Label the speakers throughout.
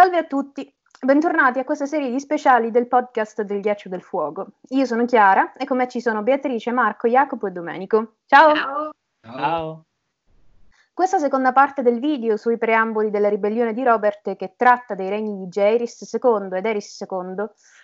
Speaker 1: Salve a tutti, bentornati a questa serie di speciali del podcast del Ghiaccio del Fuoco. Io sono Chiara e con me ci sono Beatrice, Marco, Jacopo e Domenico. Ciao!
Speaker 2: Ciao!
Speaker 3: Ciao!
Speaker 1: Questa seconda parte del video sui preamboli della ribellione di Robert, che tratta dei regni di Jaehaerys II ed Aerys II,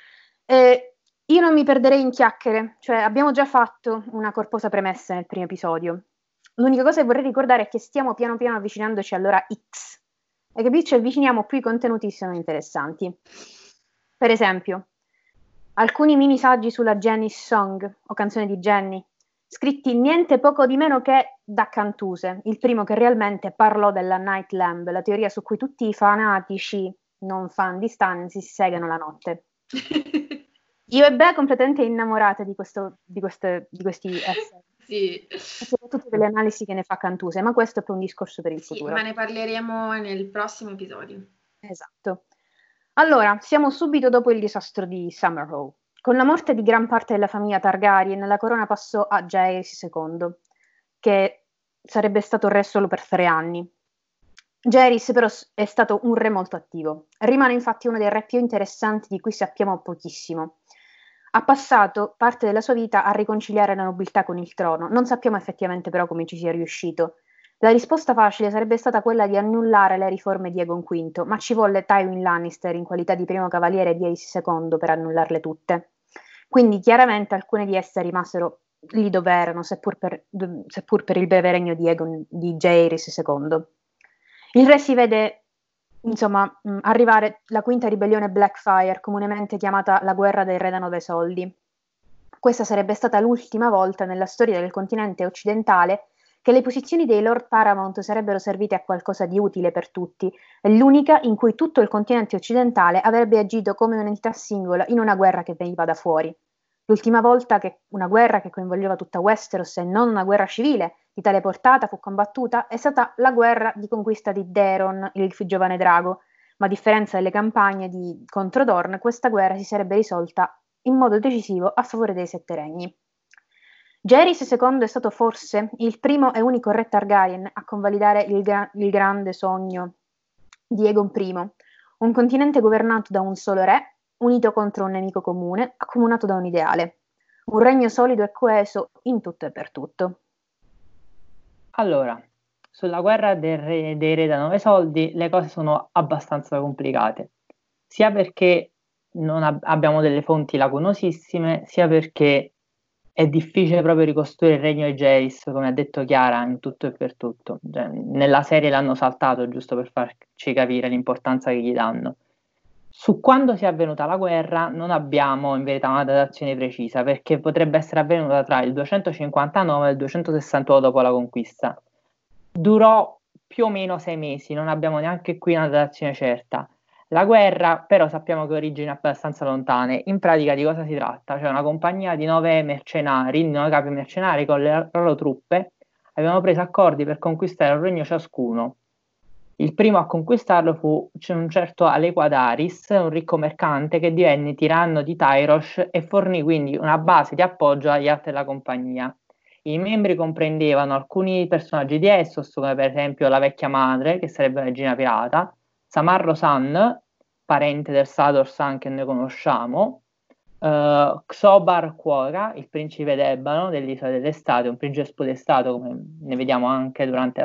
Speaker 1: io non mi perderei in chiacchiere, cioè abbiamo già fatto una corposa premessa nel primo episodio. L'unica cosa che vorrei ricordare è che stiamo piano piano avvicinandoci all'ora X e che più ci avviciniamo più i contenuti sono interessanti. Per esempio, alcuni mini saggi sulla Jenny's Song o canzone di Jenny, scritti niente poco di meno che da Cantuse, il primo che realmente parlò della Night Lamb, la teoria su cui tutti i fanatici non fan di Stan si segano la notte. Io e Bea completamente innamorate di questi esseri.
Speaker 2: Sì.
Speaker 1: E soprattutto delle analisi che ne fa Cantuse, ma questo è poi un discorso per il futuro.
Speaker 2: Ma ne parleremo nel prossimo episodio.
Speaker 1: Esatto. Allora, siamo subito dopo il disastro di Summerhall. Con la morte di gran parte della famiglia Targaryen, la corona passò a Jaehaerys II, che sarebbe stato re solo per 3 anni. Jaehaerys però è stato un re molto attivo. Rimane infatti uno dei re più interessanti di cui sappiamo pochissimo. Ha passato parte della sua vita a riconciliare la nobiltà con il trono. Non sappiamo effettivamente però come ci sia riuscito. La risposta facile sarebbe stata quella di annullare le riforme di Aegon V, ma ci volle Tywin Lannister in qualità di primo cavaliere di Aerys II per annullarle tutte. Quindi chiaramente alcune di esse rimasero lì dove erano, seppur per il breve regno di Aegon di Jaehaerys II. Il re si vede arrivare la quinta ribellione Blackfyre, comunemente chiamata la guerra dei re da 9 soldi. Questa sarebbe stata l'ultima volta nella storia del continente occidentale che le posizioni dei Lord Paramount sarebbero servite a qualcosa di utile per tutti, è l'unica in cui tutto il continente occidentale avrebbe agito come un'entità singola in una guerra che veniva da fuori. L'ultima volta che una guerra che coinvolgeva tutta Westeros e non una guerra civile di tale portata fu combattuta è stata la guerra di conquista di Daeron, il giovane drago, ma a differenza delle campagne contro Dorne, questa guerra si sarebbe risolta in modo decisivo a favore dei 7 regni. Jaehaerys II è stato forse il primo e unico re Targaryen a convalidare il grande sogno di Aegon I, un continente governato da un solo re, unito contro un nemico comune, accomunato da un ideale, un regno solido e coeso in tutto e per tutto.
Speaker 3: Allora, sulla guerra dei re da 9 soldi le cose sono abbastanza complicate, sia perché non abbiamo delle fonti lacunosissime, sia perché è difficile proprio ricostruire il regno di Jaehaerys, come ha detto Chiara, in tutto e per tutto. Cioè, nella serie l'hanno saltato giusto per farci capire l'importanza che gli danno. Su quando sia avvenuta la guerra non abbiamo in verità una datazione precisa, perché potrebbe essere avvenuta tra il 259 e il 261 dopo la conquista. Durò più o meno 6 mesi, non abbiamo neanche qui una datazione certa. La guerra però sappiamo che ha origini abbastanza lontane. In pratica di cosa si tratta? Cioè una compagnia di 9 mercenari, 9 capi mercenari con le loro truppe avevano preso accordi per conquistare un regno ciascuno. Il primo a conquistarlo fu un certo Alequadaris, un ricco mercante che divenne tiranno di Tyrosh e fornì quindi una base di appoggio agli altri della compagnia. I membri comprendevano alcuni personaggi di Essos, come per esempio la vecchia madre, che sarebbe la regina pirata, Samarro San, parente del Sador San che noi conosciamo, Xobar Quora, il principe d'Ebano dell'isola dell'estate, un principe spodestato come ne vediamo anche durante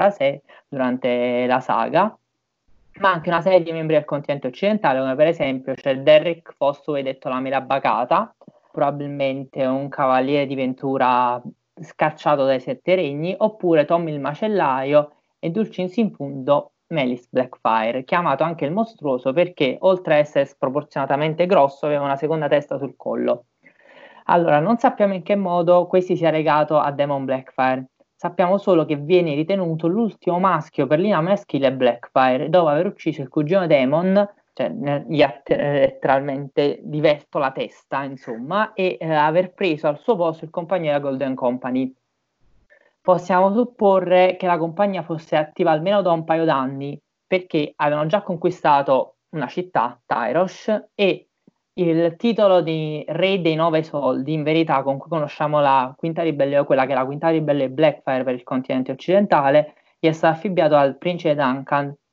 Speaker 3: la saga, ma anche una serie di membri del continente occidentale, come per esempio c'è Derrick Fossoway, detto la Mela Bacata, probabilmente un cavaliere di Ventura scacciato dai 7 regni, oppure Tommy il macellaio e Dulcinea in Fundo Melis Blackfyre, chiamato anche il mostruoso perché oltre a essere sproporzionatamente grosso aveva una seconda testa sul collo. Allora, non sappiamo in che modo questi sia legato a Daemon Blackfyre. Sappiamo solo che viene ritenuto l'ultimo maschio per linea maschile Blackfyre, dopo aver ucciso il cugino Daemon, cioè gli ha letteralmente diverto la testa, insomma, e aver preso al suo posto il compagno della Golden Company. Possiamo supporre che la compagnia fosse attiva almeno da un paio d'anni, perché avevano già conquistato una città, Tyrosh, e il titolo di Re dei 9 soldi, in verità, con cui conosciamo la quinta ribellione, quella che è la quinta ribellione Blackfyre per il continente occidentale, gli è stato affibbiato al principe Duncan.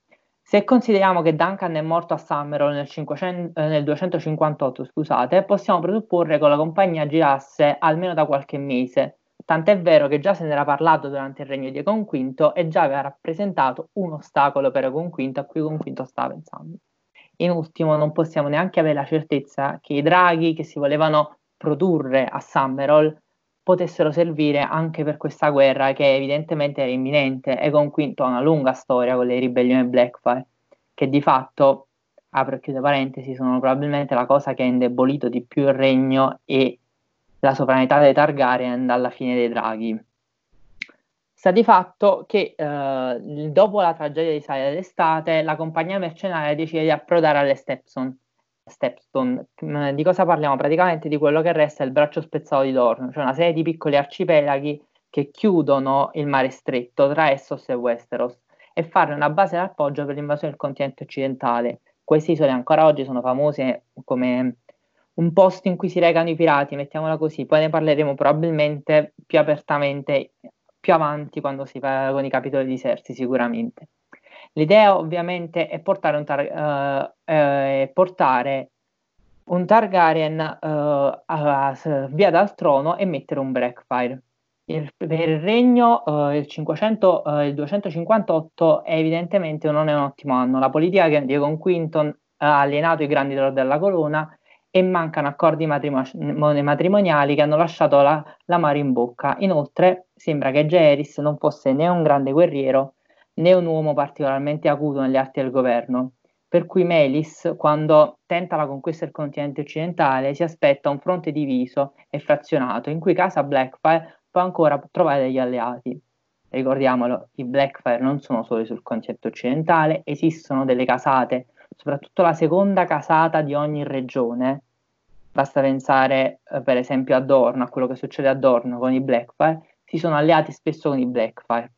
Speaker 3: Se consideriamo che Duncan è morto a Summerall nel 258, scusate, possiamo presupporre che la compagnia girasse almeno da qualche mese, tant'è vero che già se n'era parlato durante il regno di Egon V e già aveva rappresentato un ostacolo per Egon V a cui Egon V stava pensando. In ultimo, non possiamo neanche avere la certezza che i draghi che si volevano produrre a Summerall potessero servire anche per questa guerra che evidentemente era imminente. Egon V ha una lunga storia con le ribellioni Blackfire, che di fatto, apro e chiudo parentesi, sono probabilmente la cosa che ha indebolito di più il regno e la sovranità dei Targaryen dalla fine dei draghi. Sta di fatto che dopo la tragedia di Salia d'estate, la compagnia mercenaria decide di approdare alle Stepstone. Di cosa parliamo? Praticamente di quello che resta il braccio spezzato di Dorne, cioè una serie di piccoli arcipelaghi che chiudono il mare stretto tra Essos e Westeros e farne una base d'appoggio per l'invasione del continente occidentale. Queste isole ancora oggi sono famose come un posto in cui si recano i pirati, mettiamola così, poi ne parleremo probabilmente più apertamente più avanti quando si fa con i capitoli di Cersei sicuramente. L'idea ovviamente è portare un Targaryen via dal trono e mettere un Blackfyre. Per il regno il 258 evidentemente non è un ottimo anno. La politica di Egon Quinton ha alienato i grandi lord della corona e mancano accordi matrimoniali che hanno lasciato l'amaro in bocca. Inoltre sembra che Jaehaerys non fosse né un grande guerriero né un uomo particolarmente acuto nelle arti del governo, per cui Melis, quando tenta la conquista del continente occidentale, si aspetta un fronte diviso e frazionato, in cui casa Blackfyre può ancora trovare degli alleati. Ricordiamolo, i Blackfyre non sono solo sul continente occidentale, esistono delle casate, soprattutto la seconda casata di ogni regione. Basta pensare per esempio a Dorne, a quello che succede a Dorne con i Blackfyre, si sono alleati spesso con i Blackfyre.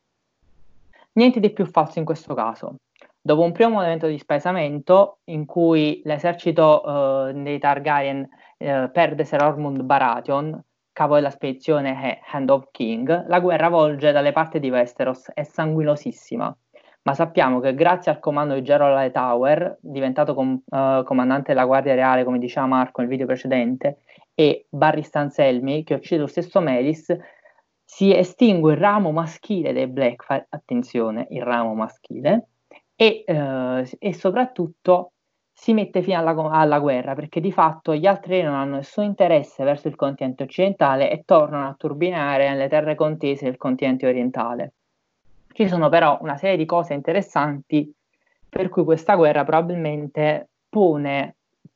Speaker 3: Niente di più falso in questo caso. Dopo un primo momento di spaesamento in cui l'esercito dei Targaryen perde Ser Ormund Baratheon, capo della spedizione è Hand of King, la guerra volge dalle parti di Westeros, è sanguinosissima, ma sappiamo che grazie al comando di Gerald Hightower, diventato comandante della Guardia Reale, come diceva Marco nel video precedente, e Barry Stanselmi, che uccide lo stesso Melis, si estingue il ramo maschile dei Blackfyre, attenzione, il ramo maschile, e soprattutto si mette fine alla guerra, perché di fatto gli altri non hanno nessun interesse verso il continente occidentale e tornano a turbinare nelle terre contese del continente orientale. Ci sono però una serie di cose interessanti per cui questa guerra probabilmente pone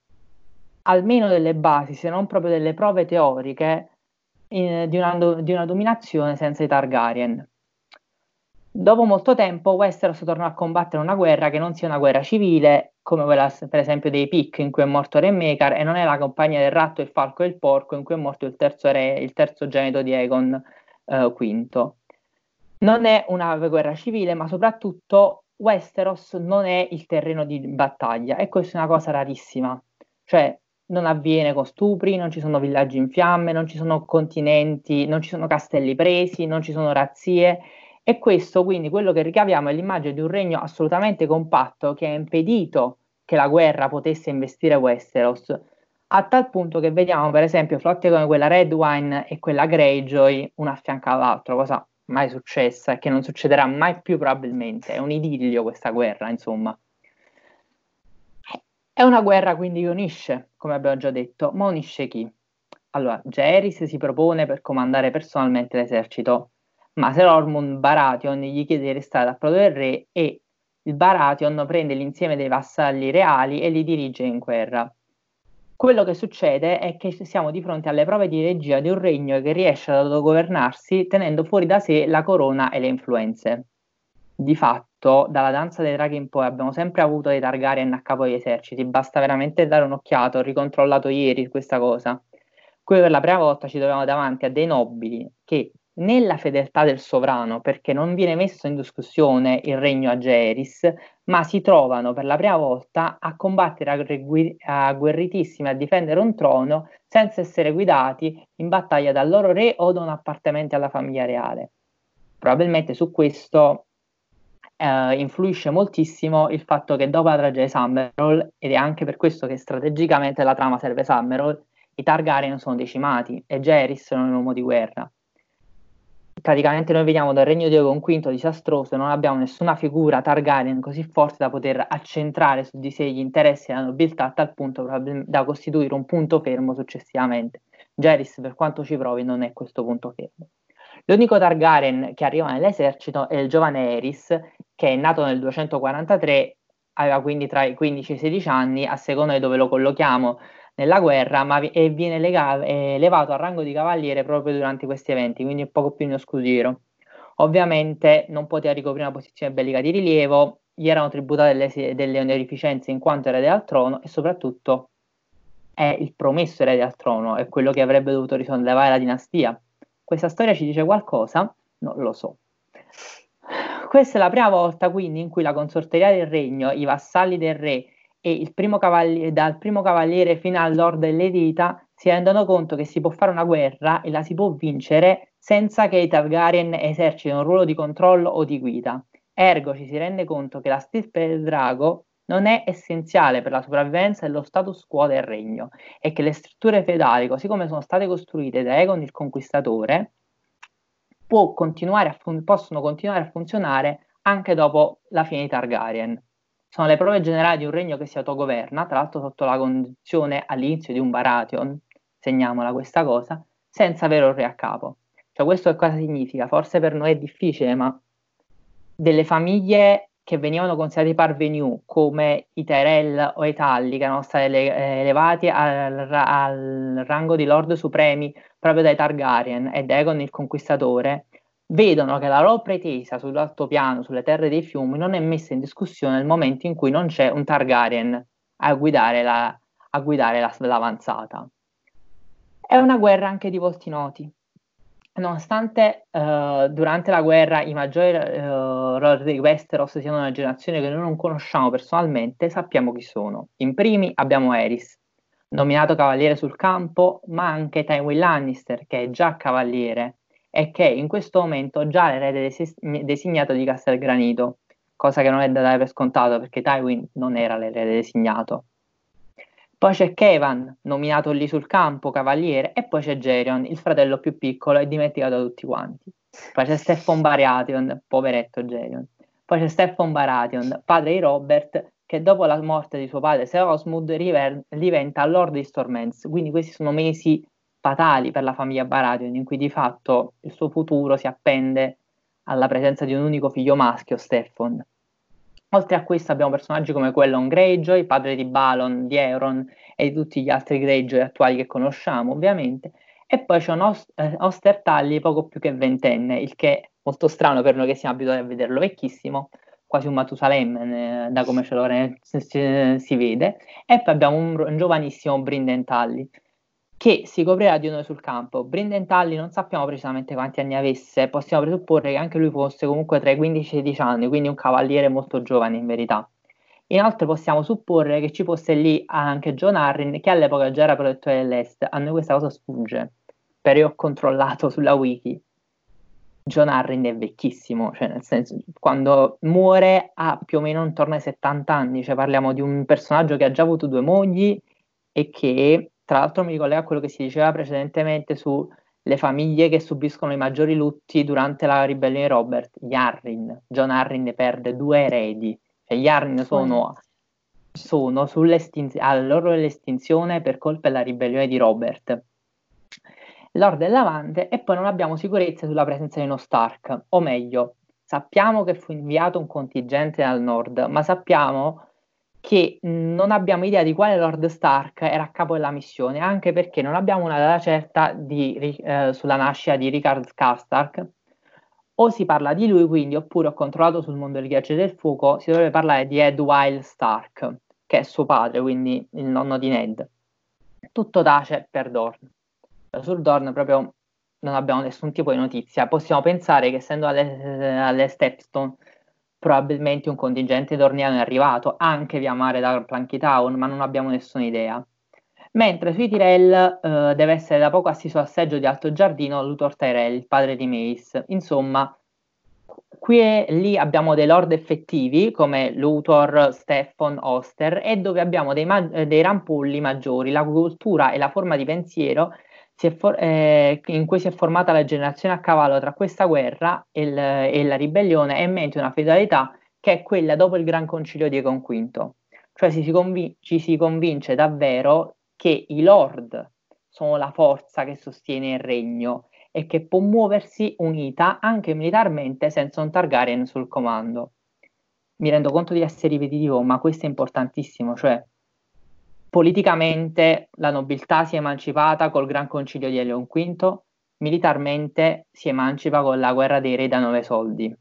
Speaker 3: almeno delle basi, se non proprio delle prove teoriche di una dominazione senza i Targaryen. Dopo molto tempo Westeros tornò a combattere una guerra che non sia una guerra civile, come quella per esempio dei Pic in cui è morto Re Maekar, e non è la compagnia del ratto, il falco e il porco in cui è morto il terzogenito di Aegon V. Non è una guerra civile, ma soprattutto Westeros non è il terreno di battaglia, e questa è una cosa rarissima. Cioè, non avviene con stupri, non ci sono villaggi in fiamme, non ci sono continenti, non ci sono castelli presi, non ci sono razzie, e questo quindi quello che ricaviamo è l'immagine di un regno assolutamente compatto che ha impedito che la guerra potesse investire Westeros, a tal punto che vediamo per esempio flotte come quella Redwine e quella Greyjoy una a fianco all'altra, cosa mai successa e che non succederà mai più probabilmente. È un idillio questa guerra, insomma. È una guerra quindi che unisce, come abbiamo già detto, ma unisce chi? Allora, Jaehaerys si propone per comandare personalmente l'esercito, ma Ser Ormund Baratheon gli chiede di restare dal prodo del re e il Baratheon prende l'insieme dei vassalli reali e li dirige in guerra. Quello che succede è che siamo di fronte alle prove di regia di un regno che riesce ad autogovernarsi tenendo fuori da sé la corona e le influenze. Di fatto, dalla danza dei draghi in poi abbiamo sempre avuto dei Targaryen a capo degli eserciti, basta veramente dare un'occhiata, ho ricontrollato ieri questa cosa. Qui per la prima volta ci troviamo davanti a dei nobili che nella fedeltà del sovrano, perché non viene messo in discussione il regno a Jaehaerys, ma si trovano per la prima volta a combattere agguerritissimi a difendere un trono senza essere guidati in battaglia dal loro re o da un appartenente alla famiglia reale. Probabilmente su questo influisce moltissimo il fatto che dopo la tragedia di Summerall, ed è anche per questo che strategicamente la trama serve Summerall, i Targaryen sono decimati e Jaehaerys non è un uomo di guerra. Praticamente noi vediamo dal Regno di Aegon V disastroso, non abbiamo nessuna figura Targaryen così forte da poter accentrare su di sé gli interessi e la nobiltà a tal punto da costituire un punto fermo successivamente. Jaehaerys, per quanto ci provi, non è questo punto fermo. L'unico Targaryen che arriva nell'esercito è il giovane Aerys, che è nato nel 243, aveva quindi tra i 15 e i 16 anni, a seconda di dove lo collochiamo nella guerra, e viene elevato al rango di cavaliere proprio durante questi eventi, quindi un poco più in oscuro. Ovviamente non poteva ricoprire una posizione bellica di rilievo, gli erano tributate delle onorificenze in quanto erede al trono e soprattutto è il promesso erede al trono, è quello che avrebbe dovuto risollevare la dinastia. Questa storia ci dice qualcosa? Non lo so. Questa è la prima volta quindi in cui la consorteria del regno, i vassalli del re e dal primo cavaliere fino al lord delle dita si rendono conto che si può fare una guerra e la si può vincere senza che i Targaryen esercitino un ruolo di controllo o di guida. Ergo ci si rende conto che la stirpe del drago non è essenziale per la sopravvivenza dello status quo del regno e che le strutture feudali, così come sono state costruite da Aegon il Conquistatore, possono continuare a funzionare anche dopo la fine di Targaryen. Sono le prove generali di un regno che si autogoverna, tra l'altro sotto la condizione all'inizio di un Baratheon, segniamola questa cosa, senza avere un re a capo. Cioè questo che cosa significa? Forse per noi è difficile, ma delle famiglie che venivano considerati parvenu come i Tyrell o i Tully, che erano stati elevati al rango di Lord Supremi proprio dai Targaryen e da Aegon il Conquistatore, vedono che la loro pretesa sull'altopiano, sulle terre dei fiumi, non è messa in discussione nel momento in cui non c'è un Targaryen a guidare l'avanzata. È una guerra anche di volti noti. Nonostante durante la guerra i maggiori lord di Westeros siano una generazione che noi non conosciamo personalmente, sappiamo chi sono. In primi abbiamo Aerys, nominato cavaliere sul campo, ma anche Tywin Lannister, che è già cavaliere e che in questo momento è già l'erede designato di Castelgranito, cosa che non è da dare per scontato perché Tywin non era l'erede designato. Poi c'è Kevan, nominato lì sul campo, cavaliere, e poi c'è Geryon, il fratello più piccolo e dimenticato da tutti quanti. Poi c'è Steffon Baratheon, poveretto Geryon. Poi c'è Steffon Baratheon, padre di Robert, che dopo la morte di suo padre Ser Osmund diventa Lord di Stormens. Quindi questi sono mesi fatali per la famiglia Baratheon, in cui di fatto il suo futuro si appende alla presenza di un unico figlio maschio, Steffon. Oltre a questo abbiamo personaggi come Quellon Greyjoy, padre di Balon, di Euron e di tutti gli altri Greyjoy attuali che conosciamo ovviamente, e poi c'è un Oster Tully poco più che ventenne, il che è molto strano per noi che siamo abituati a vederlo vecchissimo, quasi un Matusalemme da come si vede, e poi abbiamo un giovanissimo Brynden Tully, che si coprirà di onore sul campo. Brynden Tully non sappiamo precisamente quanti anni avesse, possiamo presupporre che anche lui fosse comunque tra i 15 e i 16 anni, quindi un cavaliere molto giovane in verità. Inoltre possiamo supporre che ci fosse lì anche Jon Arryn, che all'epoca già era protettore dell'Est. A noi questa cosa sfugge, però io ho controllato sulla wiki. Jon Arryn è vecchissimo, cioè nel senso, quando muore ha più o meno intorno ai 70 anni, cioè parliamo di un personaggio che ha già avuto 2 mogli e che, tra l'altro mi ricollega a quello che si diceva precedentemente sulle famiglie che subiscono i maggiori lutti durante la ribellione di Robert, gli Arryn. Jon Arryn ne perde 2 eredi, cioè gli Arryn sono alla loro estinzione per colpa della ribellione di Robert. Lord del Levante, e poi non abbiamo sicurezza sulla presenza di uno Stark, o meglio, sappiamo che fu inviato un contingente dal nord, ma sappiamo che non abbiamo idea di quale Lord Stark era a capo della missione, anche perché non abbiamo una data certa sulla nascita di Rickard Karstark. O si parla di lui, quindi, oppure ho controllato sul mondo del Ghiaccio del Fuoco, si dovrebbe parlare di Edwyle Stark, che è suo padre, quindi il nonno di Ned. Tutto tace per Dorne. Sul Dorne proprio non abbiamo nessun tipo di notizia. Possiamo pensare che essendo alle Stepstone probabilmente un contingente dorniano è arrivato anche via mare da Planky Town, ma non abbiamo nessuna idea. Mentre sui Tyrell deve essere da poco assiso al seggio di Alto Giardino Luthor Tyrell, il padre di Mace. Insomma, lì abbiamo dei lord effettivi come Luthor, Stefan, Oster, e dove abbiamo dei rampolli maggiori. La cultura e la forma di pensiero in cui si è formata la generazione a cavallo tra questa guerra e la ribellione è in mente una feudalità che è quella dopo il Gran Concilio di Egon V. Cioè ci si convince davvero che i lord sono la forza che sostiene il regno e che può muoversi unita anche militarmente senza un Targaryen sul comando. Mi rendo conto di essere ripetitivo, ma questo è importantissimo, cioè politicamente la nobiltà si è emancipata col Gran Concilio di Egon V, militarmente si emancipa con la guerra dei re da 9 soldi.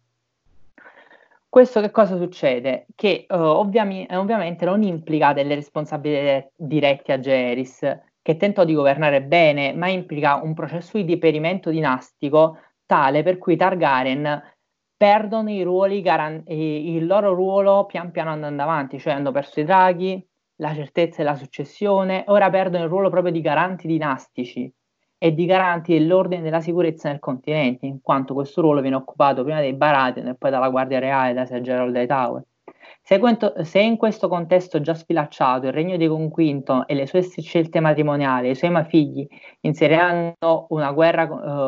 Speaker 3: Questo che cosa succede? Che ovviamente non implica delle responsabilità dirette a Jaehaerys, che tentò di governare bene, ma implica un processo di deperimento dinastico tale per cui i Targaryen perdono il loro ruolo pian piano andando avanti, cioè hanno perso i draghi, la certezza della successione, ora perdono il ruolo proprio di garanti dinastici e di garanti dell'ordine e della sicurezza nel continente, in quanto questo ruolo viene occupato prima dai Baratheon e poi dalla Guardia Reale, da Ser Gerald Hightower. Se in questo contesto già sfilacciato il regno di Egon V e le sue scelte matrimoniali, i suoi figli inseriranno una guerra,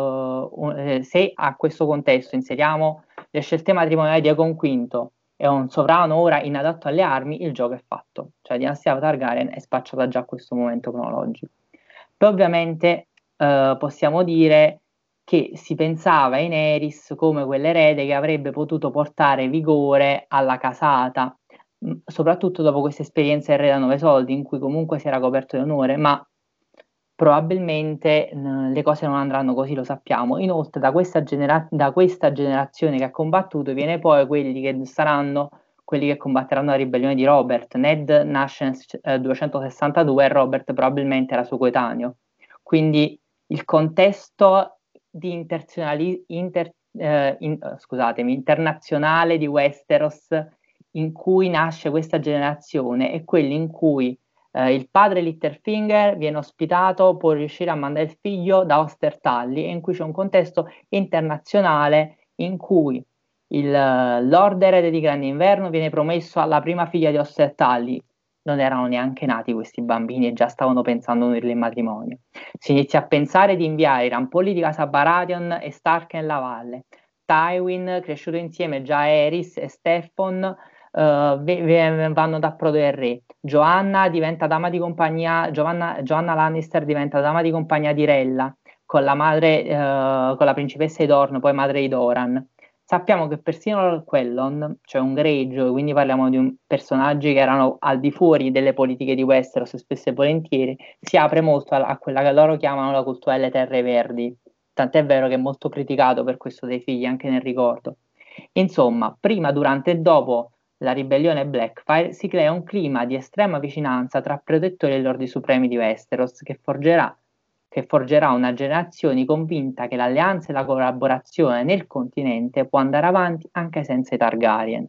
Speaker 3: se a questo contesto inseriamo le scelte matrimoniali di Egon V e un sovrano ora inadatto alle armi, il gioco è fatto. Cioè la dinastia Targaryen è spacciata già a questo momento cronologico. Poi ovviamente possiamo dire che si pensava in Eris come quell'erede che avrebbe potuto portare vigore alla casata, soprattutto dopo questa esperienza del re da 9 soldi, in cui comunque si era coperto di onore, ma probabilmente le cose non andranno così, lo sappiamo. Inoltre da questa generazione che ha combattuto viene poi quelli che combatteranno la ribellione di Robert. Ned nasce nel 262 e Robert probabilmente era suo coetaneo. Quindi il contesto di internazionale di Westeros in cui nasce questa generazione è quello in cui il padre Littlefinger viene ospitato, può riuscire a mandare il figlio da Oster Tully, e in cui c'è un contesto internazionale in cui Lord Erede di Grande Inverno viene promesso alla prima figlia di Oster Tully. Non erano neanche nati questi bambini e già stavano pensando a unirli in matrimonio. Si inizia a pensare di inviare i rampolli di casa Baratheon e Stark nella valle. Tywin, cresciuto insieme già a Aerys e Stefan, vanno da approdo del re. Joanna diventa dama di compagnia, Joanna Lannister diventa dama di compagnia di Rella, con la principessa di Dorne, poi madre di Doran. Sappiamo che persino Lord Quellon, cioè un Greyjoy, quindi parliamo di personaggi che erano al di fuori delle politiche di Westeros, spesso e volentieri, si apre molto a quella che loro chiamano la cultura delle terre verdi. Tant'è vero che è molto criticato per questo dei figli, anche nel ricordo. Insomma, prima, durante e dopo la ribellione Blackfyre si crea un clima di estrema vicinanza tra protettori e lordi supremi di Westeros che forgerà una generazione convinta che l'alleanza e la collaborazione nel continente può andare avanti anche senza i Targaryen.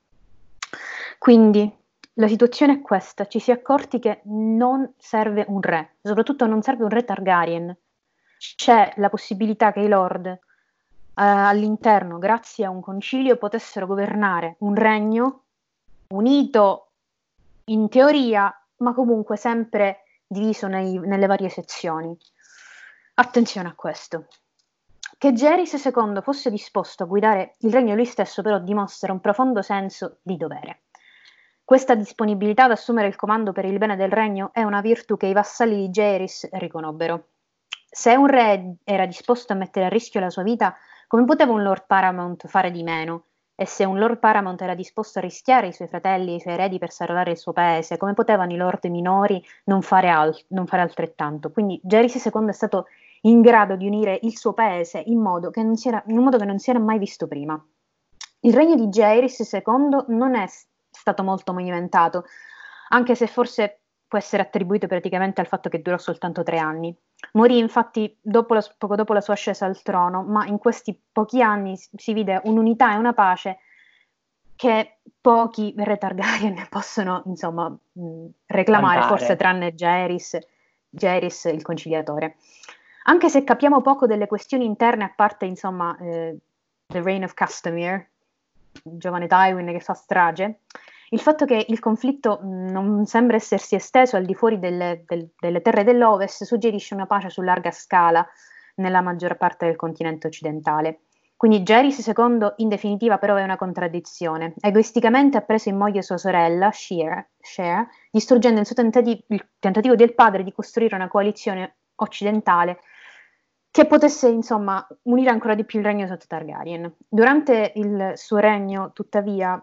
Speaker 1: Quindi la situazione è questa: ci si è accorti che non serve un re, soprattutto non serve un re Targaryen. C'è la possibilità che i lord all'interno, grazie a un concilio, potessero governare un regno unito in teoria, ma comunque sempre diviso nelle varie sezioni. Attenzione a questo. Che Jaehaerys II fosse disposto a guidare il regno lui stesso però dimostra un profondo senso di dovere. Questa disponibilità ad assumere il comando per il bene del regno è una virtù che i vassalli di Jaehaerys riconobbero. Se un re era disposto a mettere a rischio la sua vita, come poteva un Lord Paramount fare di meno? E se un Lord Paramount era disposto a rischiare i suoi fratelli e i suoi eredi per salvare il suo paese, come potevano i Lord minori non fare altrettanto? Quindi Jaehaerys II è stato in grado di unire il suo paese in un modo che non si era mai visto prima. Il regno di Jaehaerys II non è stato molto movimentato, anche se forse può essere attribuito praticamente al fatto che durò soltanto 3 anni. Morì infatti poco dopo la sua ascesa al trono, ma in questi pochi anni si vide un'unità e una pace che pochi re Targaryen possono, insomma, reclamare, forse tranne Jaehaerys il conciliatore. Anche se capiamo poco delle questioni interne, a parte, insomma, The Reign of Castamere, il giovane Tywin che fa strage, il fatto che il conflitto non sembra essersi esteso al di fuori delle terre dell'Ovest suggerisce una pace su larga scala nella maggior parte del continente occidentale. Quindi Jaehaerys II in definitiva però è una contraddizione. Egoisticamente ha preso in moglie sua sorella, Shea, distruggendo il suo tentativo del padre di costruire una coalizione occidentale che potesse insomma unire ancora di più il regno sotto Targaryen. Durante il suo regno, tuttavia,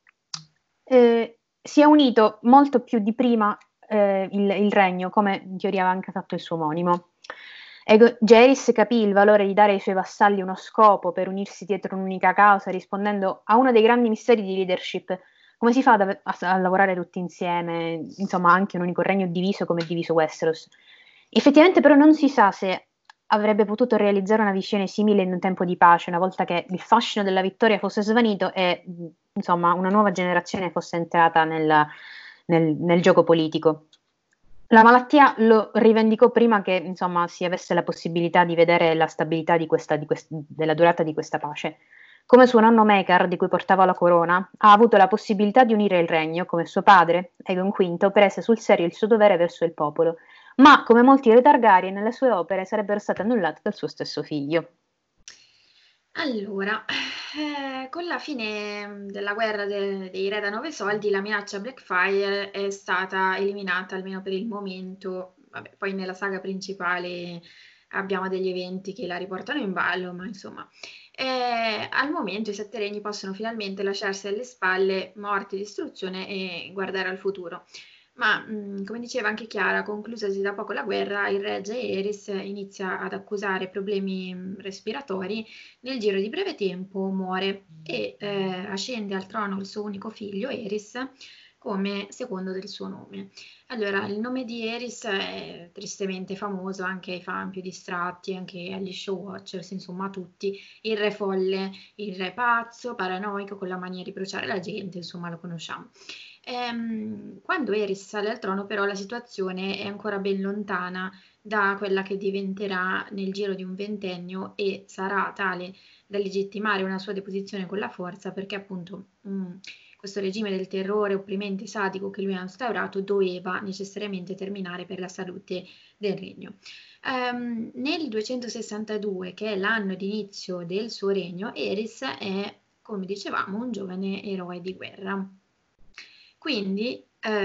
Speaker 1: si è unito molto più di prima il regno, come in teoria aveva anche fatto il suo omonimo. Jaehaerys capì il valore di dare ai suoi vassalli uno scopo per unirsi dietro un'unica causa, rispondendo a uno dei grandi misteri di leadership. Come si fa a lavorare tutti insieme, insomma, anche un unico regno diviso come è diviso Westeros? Effettivamente però non si sa se avrebbe potuto realizzare una visione simile in un tempo di pace, una volta che il fascino della vittoria fosse svanito e insomma una nuova generazione fosse entrata nel gioco politico. La malattia lo rivendicò prima che insomma si avesse la possibilità di vedere la stabilità della durata di questa pace. Come suo nonno Maekar, di cui portava la corona, ha avuto la possibilità di unire il regno, come suo padre, Aegon V, prese sul serio il suo dovere verso il popolo, ma come molti dei Targaryen le sue opere sarebbero state annullate dal suo stesso figlio.
Speaker 2: Allora, con la fine della guerra dei Re da 9 soldi, la minaccia Blackfyre è stata eliminata almeno per il momento. Vabbè, poi nella saga principale abbiamo degli eventi che la riportano in ballo, ma insomma, al momento i 7 regni possono finalmente lasciarsi alle spalle morte, distruzione e guardare al futuro. Ma, come diceva anche Chiara, conclusasi da poco la guerra, il re Jaehaerys inizia ad accusare problemi respiratori, nel giro di breve tempo muore e ascende al trono il suo unico figlio, Aerys, come secondo del suo nome. Allora, il nome di Aerys è tristemente famoso anche ai fan più distratti, anche agli show watchers, insomma a tutti. Il re folle, il re pazzo, paranoico, con la mania di bruciare la gente, insomma lo conosciamo. Quando Aerys sale al trono però la situazione è ancora ben lontana da quella che diventerà nel giro di un ventennio e sarà tale da legittimare una sua deposizione con la forza, perché appunto questo regime del terrore opprimente e sadico che lui ha instaurato doveva necessariamente terminare per la salute del regno. Nel 262, che è l'anno di inizio del suo regno, Aerys è, come dicevamo, un giovane eroe di guerra. Quindi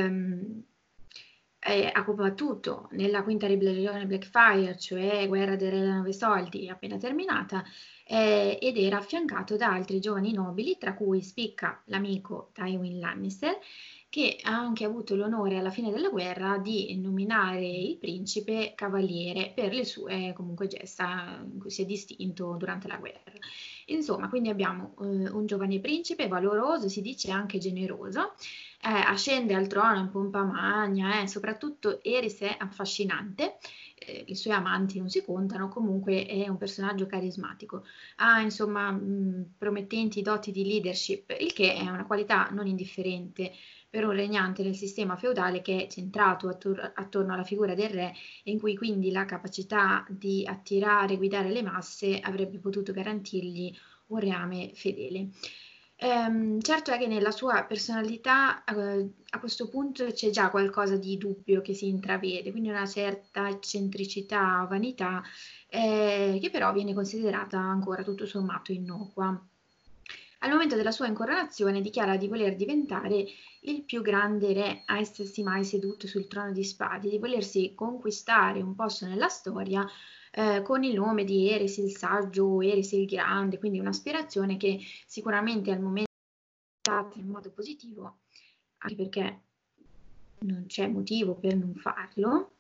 Speaker 2: ha combattuto nella quinta ribellione Blackfyre, cioè guerra dei Re da 9 soldi, appena terminata, ed era affiancato da altri giovani nobili, tra cui spicca l'amico Tywin Lannister, che ha anche avuto l'onore alla fine della guerra di nominare il principe cavaliere per le sue comunque gesta in cui si è distinto durante la guerra. Insomma, quindi abbiamo un giovane principe valoroso, si dice anche generoso, ascende al trono in pompa magna, soprattutto Aerys è affascinante, le sue amanti non si contano, comunque è un personaggio carismatico, ha insomma promettenti doti di leadership, il che è una qualità non indifferente per un regnante nel sistema feudale che è centrato attorno alla figura del re e in cui quindi la capacità di attirare e guidare le masse avrebbe potuto garantirgli un reame fedele. Certo è che nella sua personalità a questo punto c'è già qualcosa di dubbio che si intravede, quindi una certa eccentricità, vanità, che però viene considerata ancora tutto sommato innocua. Al momento della sua incoronazione dichiara di voler diventare il più grande re a essersi mai seduto sul trono di spade, di volersi conquistare un posto nella storia con il nome di Aerys il saggio o Aerys il grande, quindi un'aspirazione che sicuramente al momento è stata in modo positivo, anche perché non c'è motivo per non farlo,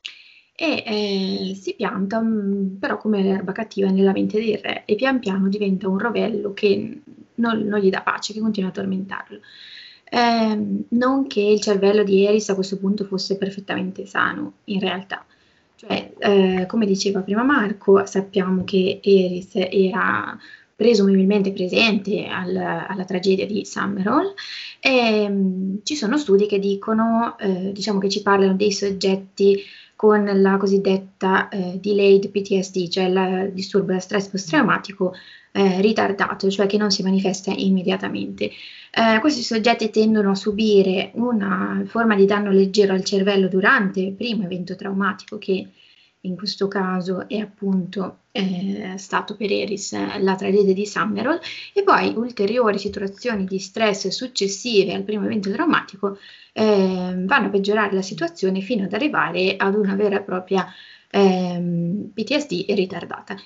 Speaker 2: e si pianta però come l'erba cattiva nella mente del re e pian piano diventa un rovello che non gli dà pace, che continua a tormentarlo. Non che il cervello di Aerys a questo punto fosse perfettamente sano, in realtà. Cioè, come diceva prima Marco, sappiamo che Aerys era presumibilmente presente alla tragedia di Summerhall e ci sono studi che dicono, diciamo che ci parlano dei soggetti con la cosiddetta delayed PTSD, cioè il disturbo da stress post-traumatico ritardato, cioè che non si manifesta immediatamente. Questi soggetti tendono a subire una forma di danno leggero al cervello durante il primo evento traumatico, che in questo caso è appunto stato per Eris la tragedia di Summerall, e poi ulteriori situazioni di stress successive al primo evento traumatico vanno a peggiorare la situazione fino ad arrivare ad una vera e propria PTSD ritardata.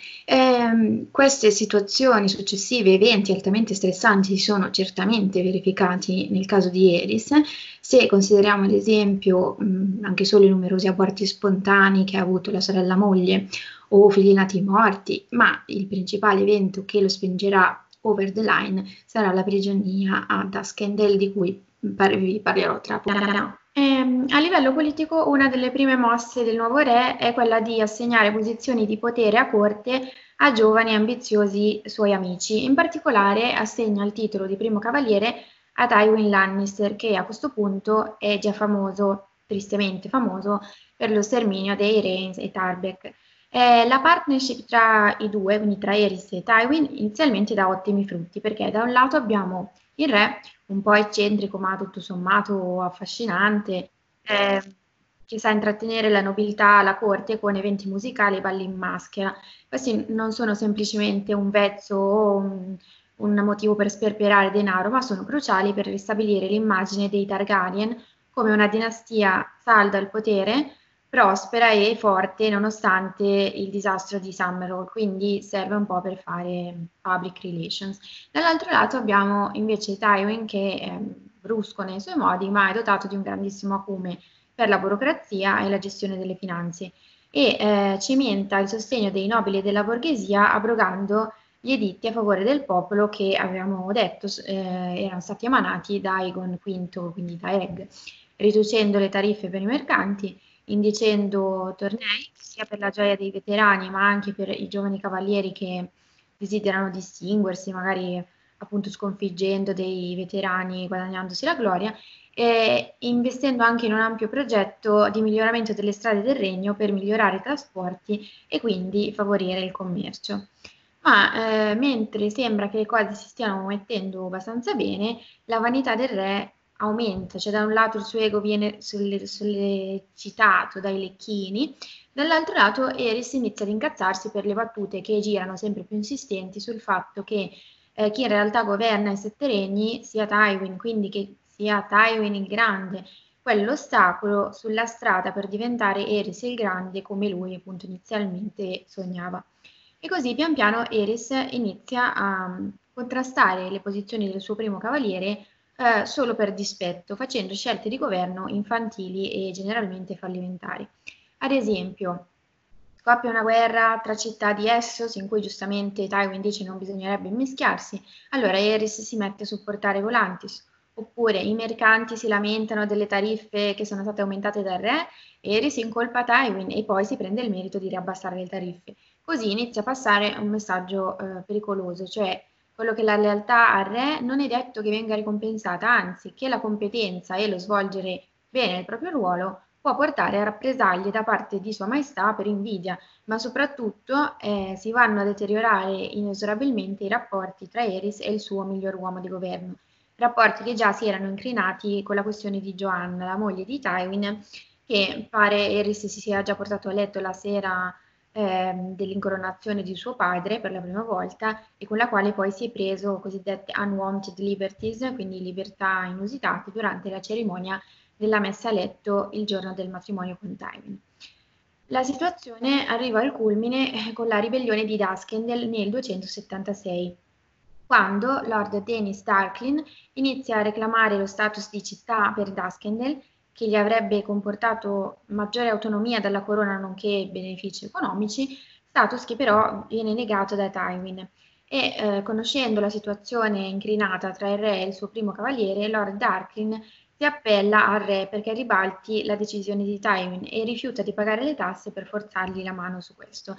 Speaker 2: Queste situazioni successive, eventi altamente stressanti, si sono certamente verificati nel caso di Eris. Se consideriamo ad esempio anche solo i numerosi aborti spontanei che ha avuto la sorella moglie o figli nati morti, ma il principale evento che lo spingerà over the line sarà la prigionia a Duskendale, di cui vi parlerò tra poco. A livello politico, una delle prime mosse del nuovo re è quella di assegnare posizioni di potere a corte a giovani e ambiziosi suoi amici. In particolare assegna il titolo di primo cavaliere a Tywin Lannister, che a questo punto è già famoso, tristemente famoso, per lo sterminio dei Rhaens e Tarbeck. La partnership tra i due, quindi tra Aerys e Tywin, inizialmente dà ottimi frutti, perché da un lato abbiamo il re, un po' eccentrico ma tutto sommato affascinante, che sa intrattenere la nobiltà alla corte con eventi musicali e balli in maschera. Questi non sono semplicemente un vezzo o un motivo per sperperare denaro, ma sono cruciali per ristabilire l'immagine dei Targaryen come una dinastia salda al potere, prospera e forte nonostante il disastro di Summerall, quindi serve un po' per fare public relations. Dall'altro lato abbiamo invece Tywin, che è brusco nei suoi modi, ma è dotato di un grandissimo acume per la burocrazia e la gestione delle finanze, e cimenta il sostegno dei nobili e della borghesia abrogando gli editti a favore del popolo che, avevamo detto, erano stati emanati da Aegon V, quindi da Egg, riducendo le tariffe per i mercanti, indicendo tornei sia per la gioia dei veterani ma anche per i giovani cavalieri che desiderano distinguersi, magari appunto sconfiggendo dei veterani, guadagnandosi la gloria, e investendo anche in un ampio progetto di miglioramento delle strade del regno per migliorare i trasporti e quindi favorire il commercio. Ma mentre sembra che le cose si stiano mettendo abbastanza bene, la vanità del re aumenta, cioè da un lato il suo ego viene sollecitato dai lecchini, dall'altro lato Eris inizia ad incazzarsi per le battute che girano sempre più insistenti sul fatto che chi in realtà governa i sette regni sia Tywin, quindi che sia Tywin il Grande, quell'ostacolo sulla strada per diventare Eris il Grande come lui appunto inizialmente sognava. E così pian piano Eris inizia a contrastare le posizioni del suo primo cavaliere solo per dispetto, facendo scelte di governo infantili e generalmente fallimentari. Ad esempio, scoppia una guerra tra città di Essos, in cui giustamente Tywin dice non bisognerebbe immischiarsi, allora Aerys si mette a supportare Volantis. Oppure i mercanti si lamentano delle tariffe che sono state aumentate dal re, Aerys incolpa Tywin e poi si prende il merito di riabbassare le tariffe. Così inizia a passare un messaggio pericoloso, cioè quello che la lealtà al re non è detto che venga ricompensata, anzi che la competenza e lo svolgere bene il proprio ruolo può portare a rappresaglie da parte di Sua Maestà per invidia, ma soprattutto si vanno a deteriorare inesorabilmente i rapporti tra Eris e il suo miglior uomo di governo, rapporti che già si erano incrinati con la questione di Joanna, la moglie di Tywin, che pare Eris si sia già portato a letto la sera dell'incoronazione di suo padre per la prima volta, e con la quale poi si è preso cosiddette unwanted liberties, quindi libertà inusitate, durante la cerimonia della messa a letto il giorno del matrimonio con Tywin. La situazione arriva al culmine con la ribellione di Duskendale nel 276, quando Lord Denys Darklyn inizia a reclamare lo status di città per Duskendale, che gli avrebbe comportato maggiore autonomia dalla corona nonché benefici economici, status che però viene negato da Tywin. E conoscendo la situazione incrinata tra il re e il suo primo cavaliere, Lord Darklyn si appella al re perché ribalti la decisione di Tywin e rifiuta di pagare le tasse per forzargli la mano su questo.